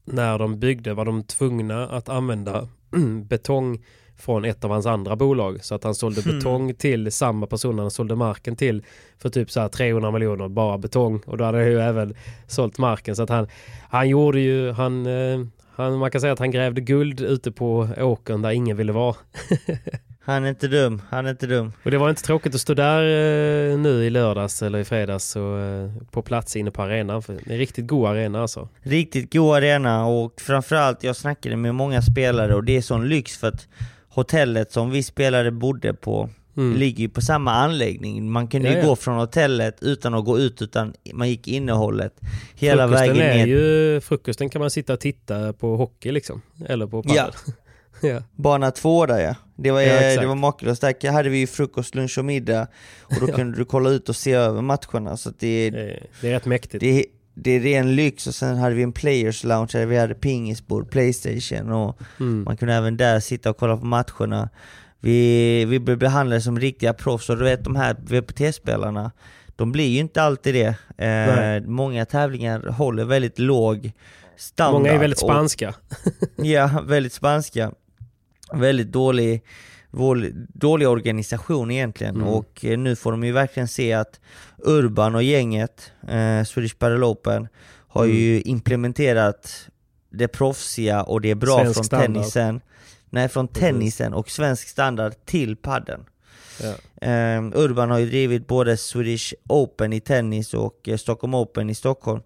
H: när de byggde var de tvungna att använda betong från ett av hans andra bolag. Så att han sålde betong till samma person han sålde marken till för typ så här 300 miljoner, bara betong. Och då hade han ju även sålt marken. Så att han gjorde ju, man kan säga att han grävde guld ute på åkern där ingen ville vara.
I: Han är inte dum.
H: Och det var inte tråkigt att stå där nu i lördags eller i fredags och, på plats inne på arenan. För det är en riktigt god arena alltså.
I: Riktigt god arena, och framförallt jag snackade med många spelare och det är sån lyx för att hotellet som vi spelare bodde på ligger ju på samma anläggning. Man kunde ju gå från hotellet utan att gå ut, utan man gick innehållet hela vägen ner.
H: Frukosten kan man sitta och titta på hockey liksom, eller på padel.
I: Ja. Ja. Bana 2 där det var makalöst. Där hade vi ju frukost, lunch och middag och då kunde du kolla ut och se över matcherna, så att det är
H: rätt mäktigt.
I: Det är ren lyx. Och sen hade vi en players lounge där vi hade pingisbord, PlayStation och man kunde även där sitta och kolla på matcherna. Vi blev behandlade som riktiga proffs, och du vet de här VPT-spelarna, de blir ju inte alltid det. Många tävlingar håller väldigt låg standard.
H: Många är väldigt spanska.
I: Ja, väldigt spanska. Väldigt dålig organisation egentligen. Och nu får de ju verkligen se att Urban och gänget, Swedish Padel Open, har ju implementerat det proffsiga och det är bra svensk från standard. Tennisen. Nej, från tennisen och svensk standard till padden. Ja. Urban har ju drivit både Swedish Open i tennis och Stockholm Open i Stockholm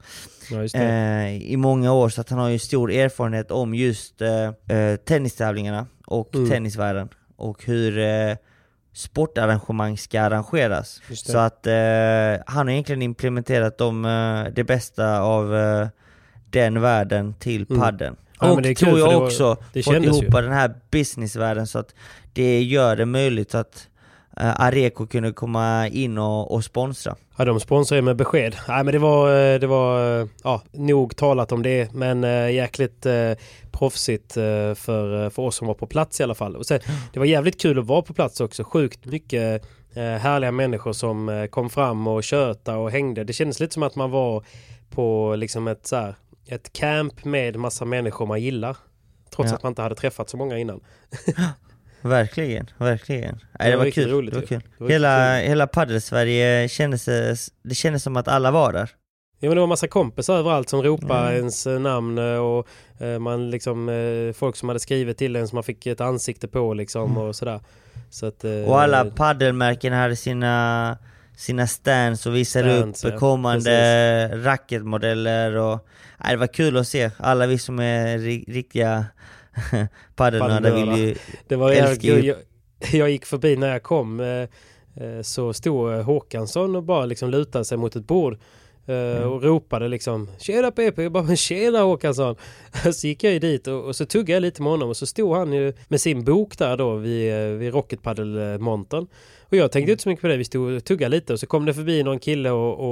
I: i många år, så att han har ju stor erfarenhet om just tennistävlingargarna och tennisvärlden och hur sportarrangemang ska arrangeras. Så att han har egentligen implementerat det bästa av den världen till padden.
H: Ja,
I: och tror jag också fått ihop den här businessvärlden, så att det gör det möjligt att Areco kunde komma in och sponsra.
H: Ja, de sponsrar med besked. Nej, men det var nog talat om det, men jäkligt proffsigt för oss som var på plats i alla fall. Och sen, det var jävligt kul att vara på plats också. Sjukt mycket härliga människor som kom fram och tjöta och hängde. Det kändes lite som att man var på liksom ett camp med massa människor man gillar, trots att man inte hade träffat så många innan.
I: Verkligen. Det var kul. Roligt, det var kul. Hela Padel-Sverige kändes som att alla var där.
H: Ja, men det var massa kompisar överallt som ropade ens namn, och man liksom folk som hade skrivit till en som man fick ett ansikte på liksom och sådär. Så att, och
I: alla paddelmärken hade sina stands och visade upp kommande racketmodeller, och det var kul att se alla vi som är riktiga paddelnördar vill ju.
H: Det var jag gick förbi när jag kom, så stod Håkansson och bara liksom lutade sig mot ett bord och ropade liksom tjena PP, jag bara tjena Håkansson. Så gick jag ju dit och så tuggade jag lite med honom, och så stod han ju med sin bok där då vid Rocket Padel-montern. Och jag tänkte inte så mycket på det, vi stod och tuggade lite, och så kom det förbi någon kille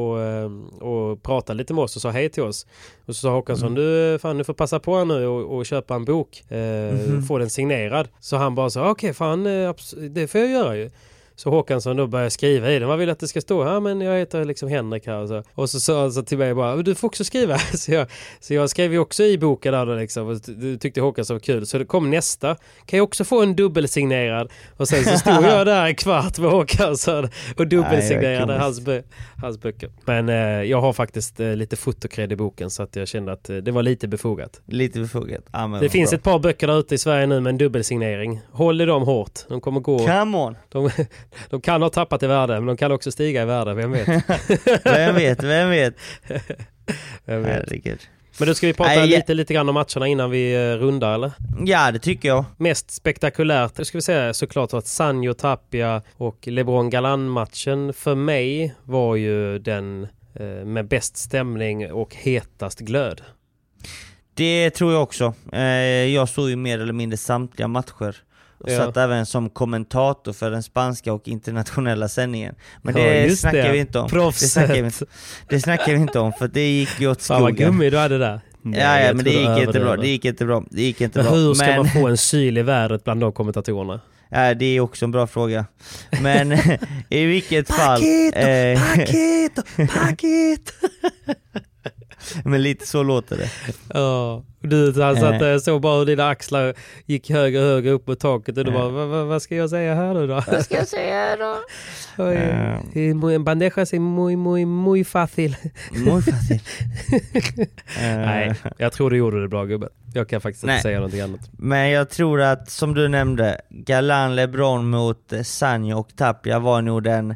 H: och pratade lite med oss och sa hej till oss. Och så sa Håkansson, du får passa på nu och köpa en bok, få den signerad. Så han bara sa, okej, fan, det får jag göra ju. Så Håkansson då började skriva i den. Vad vill att det ska stå? Ja, men jag heter liksom Henrik här. Och så sa han så till mig bara, du får också skriva. Så jag skrev ju också i boken där då liksom. Och du tyckte Håkansson var kul. Så det kom nästa. Kan jag också få en dubbelsignerad? Och sen så stod jag där en kvart med Håkansson och dubbelsignerade hans böcker. Men jag har faktiskt lite fotokred i boken, så att jag kände att det var lite befogat.
I: Ja, men
H: det finns ett par böcker där ute i Sverige nu med en dubbelsignering. Håll i dem hårt. De kommer gå.
I: Come on.
H: De kan ha tappat i värde, men de kan också stiga i värde, vem vet?
I: Vem vet? Herregud.
H: Men då ska vi prata lite grann om matcherna innan vi rundar, eller?
I: Ja, det tycker jag.
H: Mest spektakulärt, det ska vi säga såklart, att Sanjo Tapia och LeBron Galan-matchen för mig var ju den med bäst stämning och hetast glöd.
I: Det tror jag också. Jag såg ju mer eller mindre samtliga matcher. Och satt även som kommentator för den spanska och internationella sändningen. Men det snackar vi inte om. Det snackar vi inte om, för det gick ju åt skogen.
H: Vad gummi du hade där.
I: Ja, men det gick inte bra. Men
H: hur ska man få en syl i värdet bland de kommentatorerna?
I: Ja, det är också en bra fråga. Men i vilket fall...
H: Paket!
I: Men lite så låter det.
H: Ja, du han satt så bara hur dina axlar gick högre upp på taket och du bara, vad ska jag säga här då?
I: Vad ska jag säga här då?
H: En bandeja är muy fácil.
I: Muy fácil.
H: Nej, jag tror du gjorde det bra, gubbe. Jag kan faktiskt inte säga någonting annat.
I: Men jag tror att, som du nämnde, Galan LeBron mot Sanyo och Tapia var nog den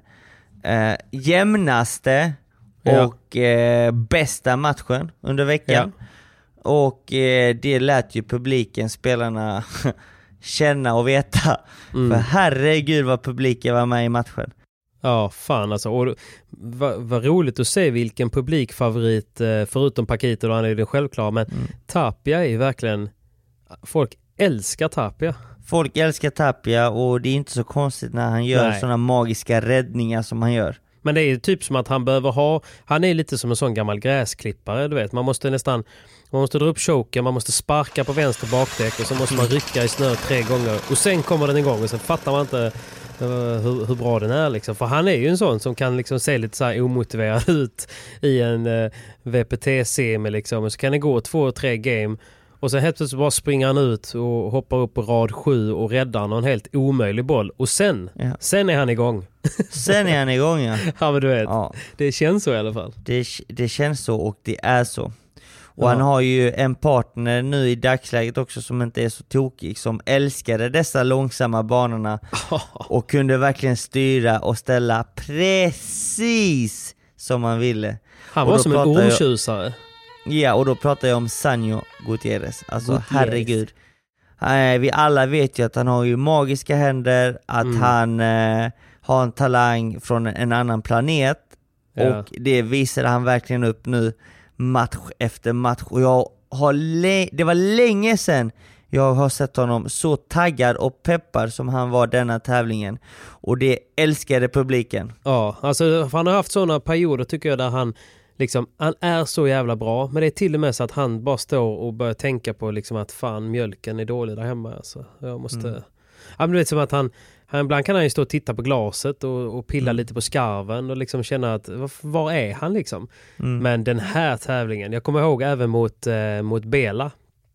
I: jämnaste och bästa matchen under veckan. Och det lät ju publiken, spelarna känna och veta. För herregud vad publiken var med i matchen.
H: Ja, fan alltså. Och vad roligt att se vilken publikfavorit, förutom Paquito då han är den självklara, men Tapia är ju verkligen, folk älskar Tapia.
I: Folk älskar Tapia och det är inte så konstigt när han gör sådana magiska räddningar som han gör.
H: Men det är ju typ som att han behöver han är lite som en sån gammal gräsklippare, du vet. Man måste dra upp choken, man måste sparka på vänster bakdäck och så måste man rycka i snö 3 gånger och sen kommer den igång och sen fattar man inte hur bra den är liksom. För han är ju en sån som kan liksom se lite så här omotiverad ut i en VPT-semi liksom, och så kan det gå 2-3 game och sen helt plötsligt bara springer han ut och hoppar upp på rad 7 och räddar någon helt omöjlig boll och sen är han igång.
I: Sen är han igång, ja.
H: Ja, men du vet. Ja. Det känns så i alla fall.
I: Det känns så och det är så. Och han har ju en partner nu i dagsläget också som inte är så tokig, som älskade dessa långsamma banorna och kunde verkligen styra och ställa precis som han ville.
H: Han var som en ormtjusare.
I: Ja, och då pratar jag om Sanyo Gutierrez. Alltså herregud. Vi alla vet ju att han har ju magiska händer, att han har en talang från en annan planet. Ja. Och det visar han verkligen upp nu match efter match. Och det var länge sedan jag har sett honom så taggad och peppar som han var denna tävlingen. Och det älskade publiken.
H: Ja, alltså han har haft sådana perioder tycker jag där han är så jävla bra. Men det är till och med så att han bara står och börjar tänka på liksom att fan, mjölken är dålig där hemma. Alltså. Jag måste... Ja, men du vet som att han ibland kan han ju stå och titta på glaset och pilla lite på skarven och liksom känna att var är han liksom. Men den här tävlingen, jag kommer ihåg även mot Bela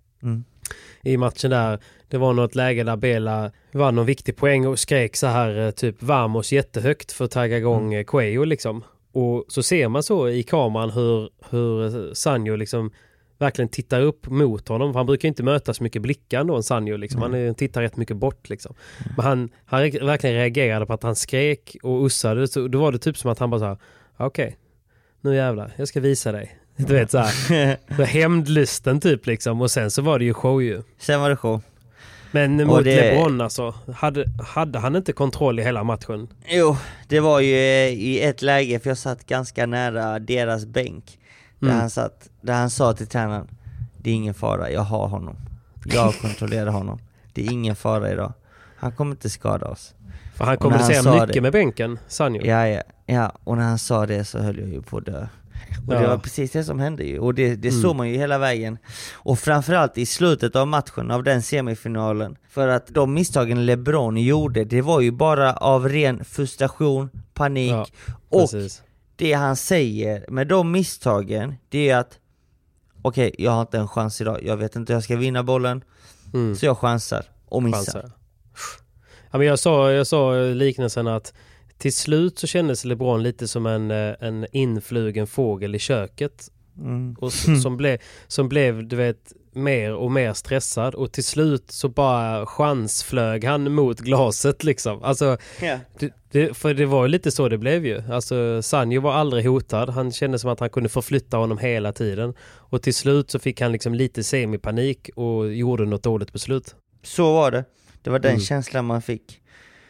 H: i matchen där, det var något läge där Bela vann någon viktig poäng och skrek så här typ Vamos jättehögt för att tagga igång Cuello liksom. Och så ser man så i kameran hur Sanyo liksom verkligen tittar upp mot honom. Han brukar inte möta så mycket blickar ändå, en Sanyo liksom. Han tittar rätt mycket bort liksom. Men han verkligen reagerade på att han skrek och ussade. Så då var det typ som att han bara sa okej, nu jävlar, jag ska visa dig. Du vet så här. Hämndlysten typ liksom. Och sen så var det ju show ju.
I: Sen var det show.
H: Men mot LeBron alltså, hade han inte kontroll i hela matchen?
I: Jo, det var ju i ett läge, för jag satt ganska nära deras bänk. Där han sa till tränaren, det är ingen fara, jag har honom. Jag kontrollerar honom. Det är ingen fara idag. Han kommer inte skada oss.
H: För han kommunicerar mycket med bänken, Sanyo.
I: Ja, och när han sa det så höll jag ju på att dö. Och det var precis det som hände ju. Och det såg man ju hela vägen. Och framförallt i slutet av matchen, av den semifinalen. För att de misstagen LeBron gjorde, det var ju bara av ren frustration, panik. Ja, och det han säger med de misstagen, det är att okej, jag har inte en chans idag. Jag vet inte hur jag ska vinna bollen. Så jag chansar och missar.
H: Ja, men jag sa liknelsen att till slut så kändes LeBron lite som en influgen fågel i köket. Och som blev, du vet, mer och mer stressad. Och till slut så bara chansflög han mot glaset liksom. Alltså, för det var ju lite så det blev ju. Alltså, Sanyo var aldrig hotad. Han kände som att han kunde förflytta honom hela tiden. Och till slut så fick han liksom lite semipanik och gjorde något dåligt beslut.
I: Så var det. Det var den känslan man fick.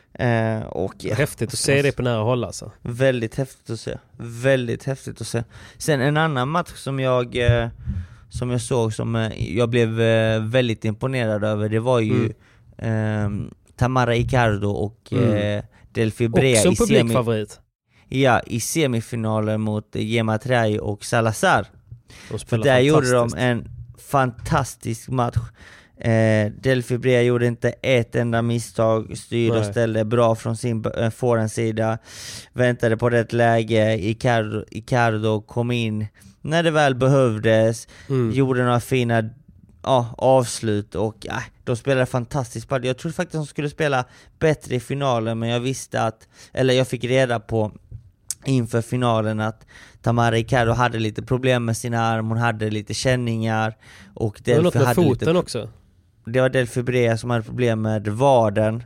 H: Häftigt att se det på nära håll alltså.
I: Väldigt häftigt att se. Sen en annan match som jag såg, som jag blev väldigt imponerad över, det var ju Tamara Icardo och Delphi Brea.
H: Också publikfavorit.
I: I semifinalen mot Gemma Trai och Salazar. För där gjorde de en fantastisk match. Delphi Brea gjorde inte ett enda misstag, styrde och ställde bra från sin forehandsida, väntade på rätt läge. Icardo kom in när det väl behövdes, gjorde några fina avslut och de spelade fantastiskt. Jag trodde faktiskt att de skulle spela bättre i finalen, men jag fick reda på inför finalen att Tamara Icardo hade lite problem med sin arm, hon hade lite känningar och
H: det var något med foten också.
I: Det var Delphi Brea som hade problem med vaden.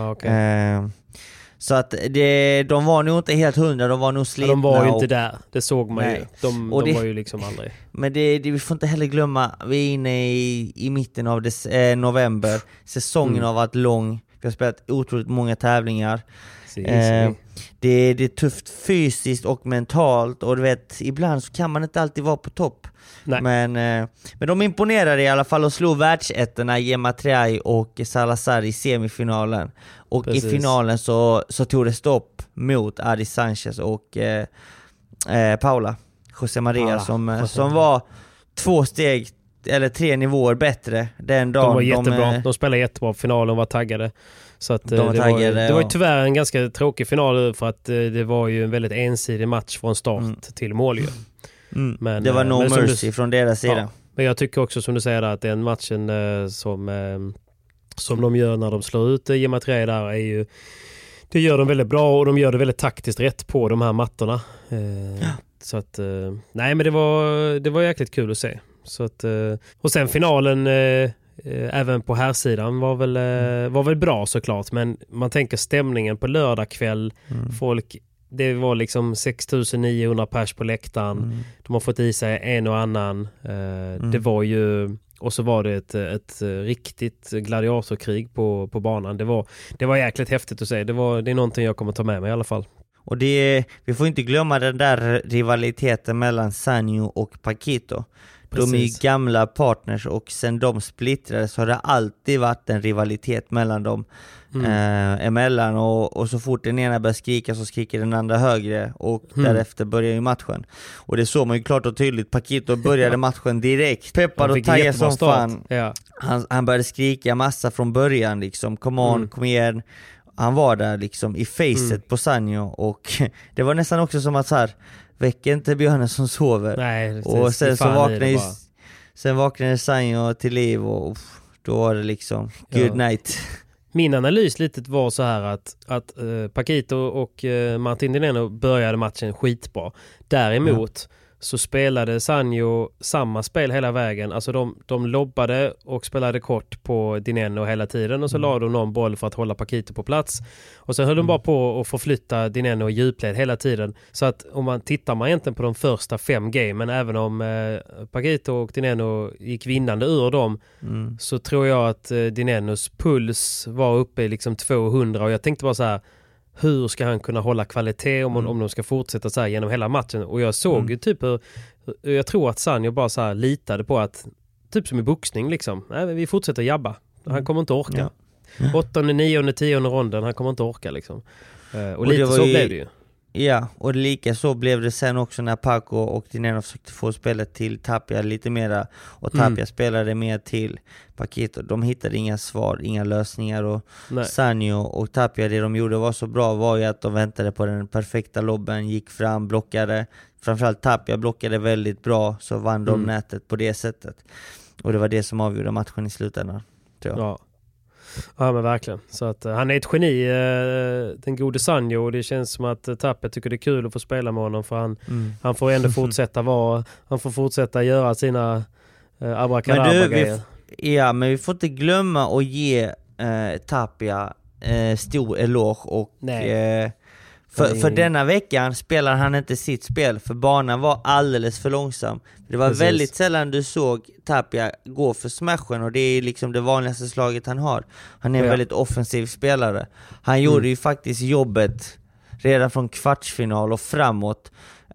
I: Så att de var nog inte helt 100, de var nog slitna.
H: De var ju inte där, det såg man ju. De var ju liksom aldrig.
I: Men vi får inte heller glömma, vi är inne i mitten av november. Säsongen har varit lång, vi har spelat otroligt många tävlingar. Det är tufft fysiskt och mentalt, och du vet, ibland så kan man inte alltid vara på topp. Men de imponerade i alla fall och slog världsettorna Gemma Triay och Salazar i semifinalen. Och i finalen så tog det stopp mot Adi Sanchez och Paula José Maria som var 2 steg eller 3 nivåer bättre den dagen.
H: De var jättebra, de spelade jättebra på finalen och var taggade. Så att det var ju tyvärr en ganska tråkig final, för att det var ju en väldigt ensidig match från start till mål ju.
I: Men, det var no mercy från deras sida.
H: Ja, men jag tycker också, som du säger, att den matchen som de gör när de slår ut Gemma Triay där är ju, det gör de väldigt bra, och de gör det väldigt taktiskt rätt på de här mattorna. Så att nej, men det var jäkligt kul att se. Så att, och sen finalen även på här sidan var väl bra såklart, men man tänker stämningen på lördag kväll, folk, det var liksom 6900 pers på läktaren. De har fått i sig en och annan. Det var ju, och så var det ett riktigt gladiatorkrig på banan. Det var jäkligt häftigt att se. Det är någonting jag kommer ta med mig i alla fall.
I: Och vi får inte glömma den där rivaliteten mellan Sanyo och Paquito. De är ju gamla partners, och sen de splittrades så har det alltid varit en rivalitet mellan dem emellan, och så fort den ena börjar skrika så skriker den andra högre, och därefter börjar ju matchen. Och det såg man ju klart och tydligt. Paquito började matchen direkt, peppad och taggad som fan. Han började skrika massa från början liksom, kom igen. Han var där liksom i facet på Sanyo, och det var nästan också som att så här, väcker inte björnen som sover.
H: Nej,
I: och sen vaknade Sanyo till liv, och då var det liksom good night.
H: Min analys lite var så här att Paquito och Martin Dineno började matchen skitbra. Däremot så spelade Sanyo samma spel hela vägen. Alltså de lobbade och spelade kort på Dineno hela tiden, och så la de någon boll för att hålla Paquito på plats. Och sen höll de bara på att förflytta Dineno i djupled hela tiden. Så att om man tittar egentligen på de första 5 gamen, även om Paquito och Dineno gick vinnande ur dem, så tror jag att Dinenos puls var uppe i liksom 200, och jag tänkte bara så här, hur ska han kunna hålla kvalitet om de ska fortsätta så här genom hela matchen? Och jag såg ju typ jag tror att Sanyo bara så här litade på att, typ som i boxning liksom, nej, vi fortsätter jabba. Han kommer inte orka. 8:e, 9:e, 10:e ronden, han kommer inte orka liksom. Och lite så blev det ju.
I: Ja, och lika så blev det sen också när Paco och Dineno försökte få spelet till Tapia lite mera, och Tapia spelade mer till Paquito. De hittade inga svar, inga lösningar, och Sanyo och Tapia, det de gjorde var så bra var ju att de väntade på den perfekta lobben, gick fram, blockade. Framförallt Tapia blockade väldigt bra, så vann de nätet på det sättet. Och det var det som avgjorde matchen i slutändan, tror jag.
H: Ja, men verkligen. Så att han är ett geni, den gode Sanyo, och det känns som att Tapia tycker det är kul att få spela med honom, för han får ändå fortsätta göra sina abracadabra-grejer.
I: Ja, men vi får inte glömma att ge Tapia stor eloge, och för denna veckan spelar han inte sitt spel, för banan var alldeles för långsam. Det var väldigt sällan du såg Tapia gå för smashen, och det är liksom det vanligaste slaget han har. Han är en väldigt offensiv spelare. Han gjorde ju faktiskt jobbet redan från kvartsfinal och framåt,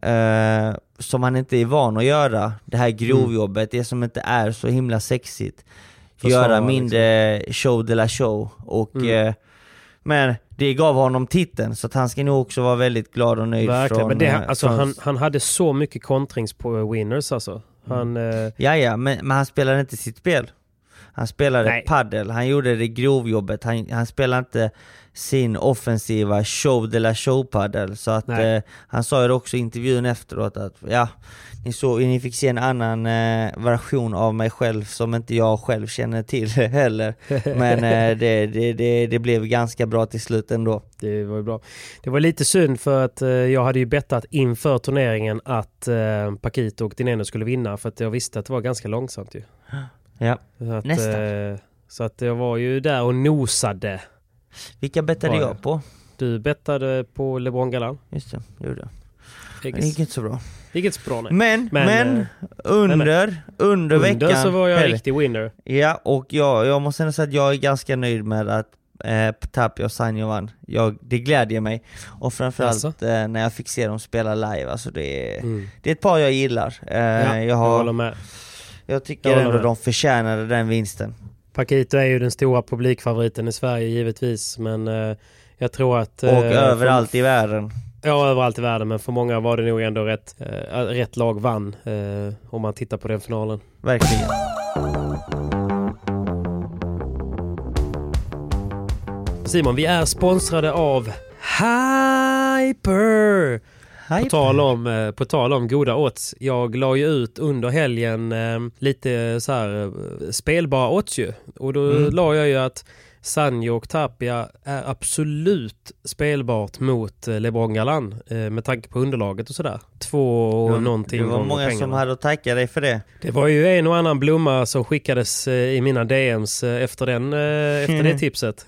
I: som han inte är van att göra. Det här grovjobbet, det som inte är så himla sexigt. Göra mindre show de la show, och men det gav honom titeln, så att han ska nog också vara väldigt glad och nöjd.
H: Verkligen, men han hade så mycket kontrings på winners alltså. Men han spelade inte sitt spel.
I: Han spelade paddel, han gjorde det grovjobbet, han spelade inte sin offensiva show de la show paddel, så att han sa ju också i intervjun efteråt att ni fick se en annan version av mig själv som inte jag själv känner till heller, men det blev ganska bra till slut ändå.
H: Det var ju bra. Det var lite synd för att jag hade ju bettat inför turneringen att Paquito och Dineno skulle vinna, för att jag visste att det var ganska långsamt ju.
I: Ja,
H: så att jag var ju där och nosade.
I: Vilka bettade jag på?
H: Du bettade på LeBron Galan.
I: Just det, gjorde jag. Det gick inte så bra.
H: Det gick inte så bra, nej.
I: Men under veckan
H: så var jag en riktig winner.
I: Ja, och jag måste ändå säga att jag är ganska nöjd med att Tapia och Sanjo vann. Det glädjer mig. Och framförallt när jag fick se dem spela live. Alltså det är ett par jag gillar. Jag håller med. Jag tycker ändå de förtjänade den vinsten.
H: Paquito är ju den stora publikfavoriten i Sverige givetvis, men jag tror att...
I: Och överallt i världen.
H: Ja, överallt i världen, men för många var det nog ändå rätt lag vann om man tittar på den finalen.
I: Verkligen.
H: Simon, vi är sponsrade av Hyper. På tal om goda odds. Jag la ju ut under helgen lite så här spelbara odds ju. Och då la jag ju att Sanjo och Tapia är absolut spelbart mot LeBron Galan med tanke på underlaget och sådär. 2 någonting.
I: Det var många pengarna som hade att tacka dig för det.
H: Det var ju en och annan blomma som skickades i mina DMs efter det tipset.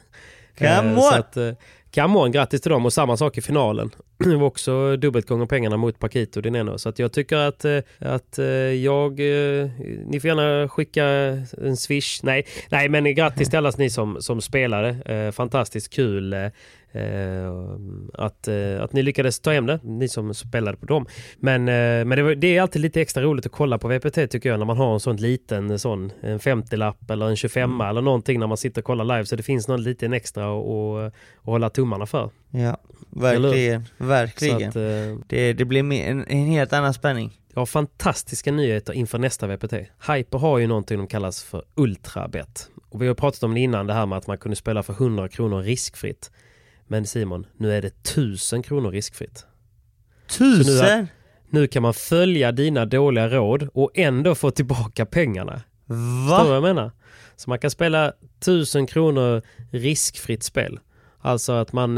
H: Come on, grattis till dem, och samma sak i finalen. Det var också dubbelt gånger pengarna mot Paquito och Dineno. Så att jag tycker att ni får gärna skicka en swish. Nej, men grattis till alla ni som spelade. Fantastiskt kul att ni lyckades ta hem det, ni som spelade på dem. Men det är alltid lite extra roligt att kolla på VPT tycker jag, när man har en sån liten en 50-lapp eller en 25 eller någonting när man sitter och kollar live, så det finns någon liten extra att hålla tummarna för.
I: Ja, verkligen. Så att, det blir en helt annan spänning.
H: Ja, fantastiska nyheter inför nästa VPT. Hyper har ju någonting de kallas för ultrabet. Och vi har pratat om det innan, det här med att man kunde spela för 100 kronor riskfritt. Men Simon, nu är det 1000 kronor riskfritt.
I: 1000?
H: Nu kan man följa dina dåliga råd och ändå få tillbaka pengarna.
I: Va?
H: Förstår jag menar? Så man kan spela 1000 kronor riskfritt spel. Alltså att man,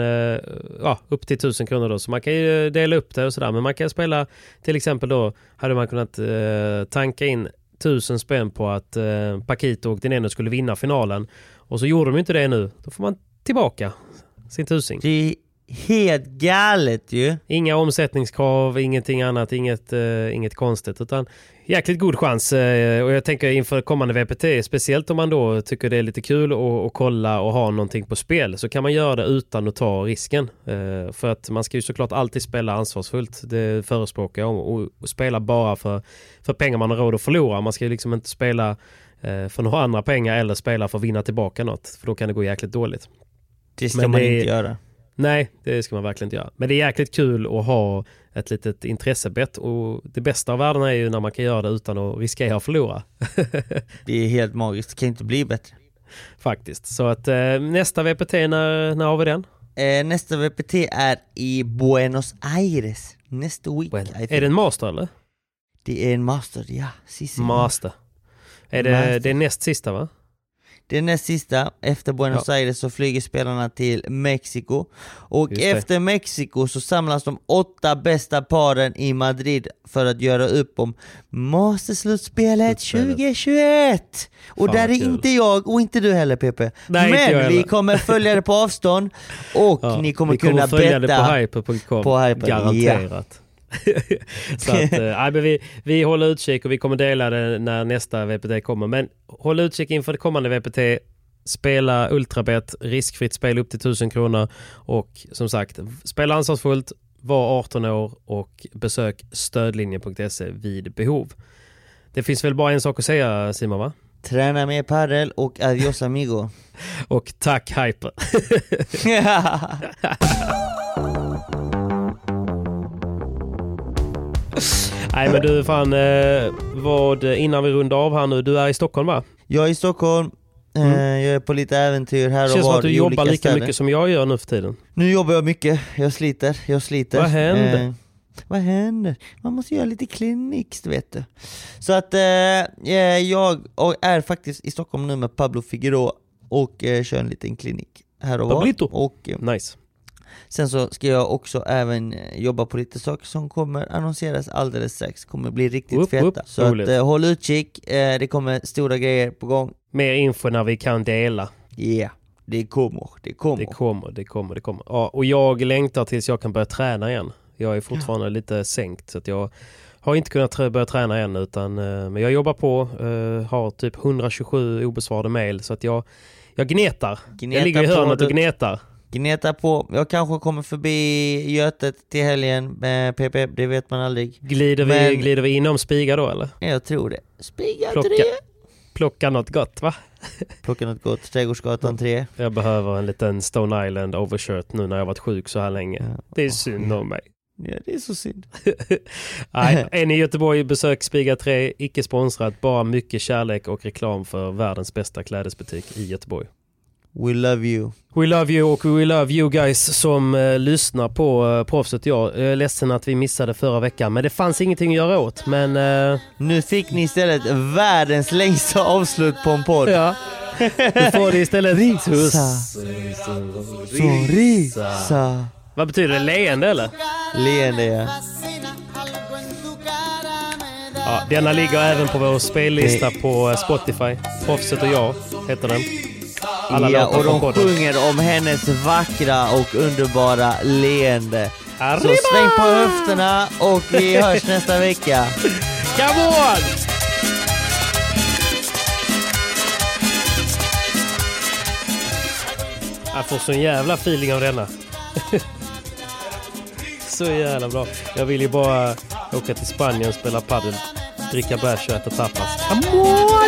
H: upp till 1000 kronor då. Så man kan ju dela upp det och sådär. Men man kan spela, till exempel då, hade man kunnat tanka in 1000 spänn på att Paquito och Dineno skulle vinna finalen. Och så gjorde de inte det nu. Då får man tillbaka sin tusing.
I: Det är helt galet ju.
H: Inga omsättningskrav, ingenting annat, inget konstigt, utan jäkligt god chans. Och jag tänker inför kommande VPT, speciellt om man då tycker det är lite kul att kolla och ha någonting på spel, så kan man göra det utan att ta risken. För att man ska ju såklart alltid spela ansvarsfullt. Det förespråkar jag, och spela bara för pengar man har råd att förlora. Man ska ju liksom inte spela för några andra pengar eller spela för att vinna tillbaka något, för då kan det gå jäkligt dåligt.
I: Det ska man inte göra.
H: Nej, det ska man verkligen inte göra. Men det är jäkligt kul att ha ett litet intressebett, och det bästa av världen är ju när man kan göra det utan att riskera att förlora.
I: Det är helt magiskt, det kan inte bli bättre.
H: Faktiskt. Så att nästa VPT, när har vi den?
I: Nästa VPT är i Buenos Aires nästa week.
H: Är det en master eller?
I: Det är en master, ja.
H: Master. Det är näst sista, va?
I: Det är näst sista. Efter Buenos Aires så flyger spelarna till Mexiko. Och efter Mexiko så samlas de 8 bästa paren i Madrid för att göra upp om Masterslutspelet 2021. Och där är inte jag och inte du heller, Pepe.
H: Nej,
I: men vi kommer följa det på avstånd. Och ni kommer kunna
H: följa
I: betta
H: det på hyper.com. Garanterat. Ja. Så att, vi håller utkik, och vi kommer dela det när nästa VPT kommer. Men håll utkik inför det kommande VPT. Spela ultrabet, riskfritt spel upp till 1000 kronor. Och som sagt, spela ansvarsfullt, var 18 år och besök stödlinjen.se vid behov. Det finns väl bara en sak att säga, Simon, va?
I: Träna med paddel och adios amigo.
H: Och tack Hyper. Nej, men du fan, innan vi rundar av här nu, du är i Stockholm, va?
I: Jag är i Stockholm, Jag är på lite äventyr här och var.
H: Känns som att du jobbar lika mycket som jag gör nu för tiden.
I: Nu jobbar jag mycket, jag sliter.
H: Vad händer?
I: Vad händer? Man måste göra lite klinik, vet du. Så att jag är faktiskt i Stockholm nu med Pablo Figueroa och kör en liten klinik här och var. Och
H: nice.
I: Sen så ska jag också även jobba på lite saker som kommer annonseras alldeles strax. Kommer bli riktigt feta. Så att, håll utkik, det kommer stora grejer på gång.
H: Mer info när vi kan dela.
I: Ja, det kommer.
H: Ja, och jag längtar tills jag kan börja träna igen. Jag är fortfarande lite sänkt så att jag har inte kunnat börja träna än utan men jag jobbar på, har typ 127 obesvarade mejl så att jag gnetar. Jag ligger i hörnet och gnetar.
I: Gneta på. Jag kanske kommer förbi Götet till helgen med PP, det vet man aldrig.
H: Glider vi inom Spiga då eller?
I: Jag tror det. Spiga 3.
H: Plocka något gott, va?
I: Plocka något gott, Trädgårdsgatan 3.
H: Jag behöver en liten Stone Island overshirt nu när jag varit sjuk så här länge. Ja. Det är synd om mig.
I: Ja, det är så synd.
H: Nej, en i Göteborg, besök Spiga 3, icke sponsrat, bara mycket kärlek och reklam för världens bästa klädesbutik i Göteborg.
I: We love you.
H: We love you och we love you guys som lyssnar på Proffset. Jag är ledsen att vi missade förra veckan, men det fanns ingenting att göra åt. Men
I: nu fick ni istället världens längsta avslut på en podd.
H: Ja. Nu får det istället
I: Risa.
H: Vad betyder det? Leende eller?
I: Leende, ja.
H: Ja, denna ligger även på vår spellista på Spotify. Proffset och jag heter den.
I: Ja, och de sjunger om hennes vackra och underbara leende.
H: Arriba!
I: Så sväng på höfterna och vi hörs nästa vecka.
H: Come on! Jag får sån jävla feeling av denna. Så jävla bra. Jag vill ju bara åka till Spanien, spela padel, dricka bärs och äta tapas. Come on!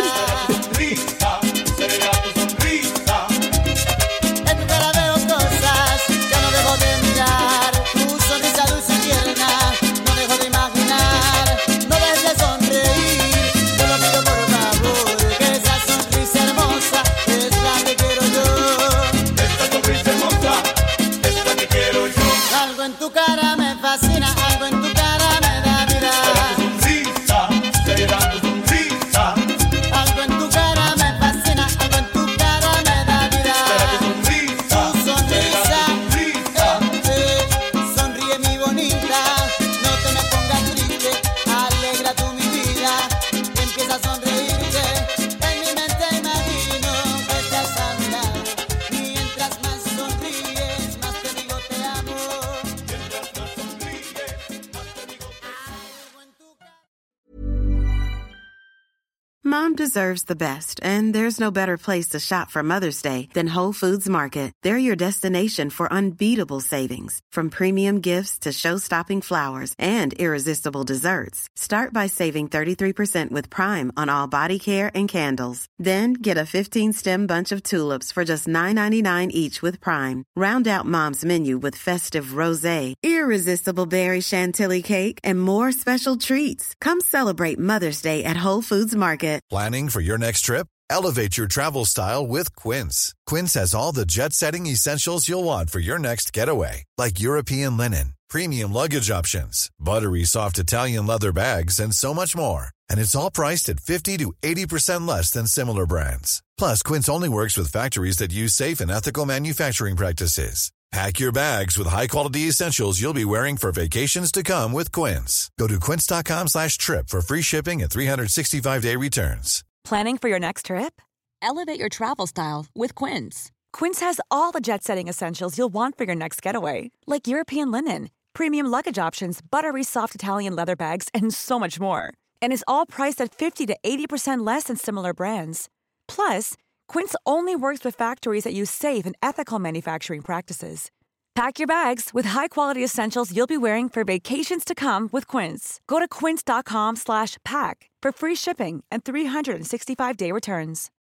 N: Mom deserves the best, and there's no better place to shop for Mother's Day than Whole Foods Market. They're your destination for unbeatable savings, from premium gifts to show-stopping flowers and irresistible desserts. Start by saving 33% with Prime on all body care and candles. Then get a 15-stem bunch of tulips for just $9.99 each with Prime. Round out Mom's menu with festive rosé, irresistible berry chantilly cake, and more special treats. Come celebrate Mother's Day at Whole Foods Market.
O: Planning for your next trip? Elevate your travel style with Quince. Quince has all the jet-setting essentials you'll want for your next getaway, like European linen, premium luggage options, buttery soft Italian leather bags, and so much more. And it's all priced at 50 to 80% less than similar brands. Plus, Quince only works with factories that use safe and ethical manufacturing practices. Pack your bags with high-quality essentials you'll be wearing for vacations to come with Quince. Go to quince.com/trip for free shipping and 365-day returns.
P: Planning for your next trip? Elevate your travel style with Quince. Quince has all the jet-setting essentials you'll want for your next getaway, like European linen, premium luggage options, buttery soft Italian leather bags, and so much more. And is all priced at 50 to 80% less than similar brands. Plus, Quince only works with factories that use safe and ethical manufacturing practices. Pack your bags with high-quality essentials you'll be wearing for vacations to come with Quince. Go to quince.com/pack for free shipping and 365-day returns.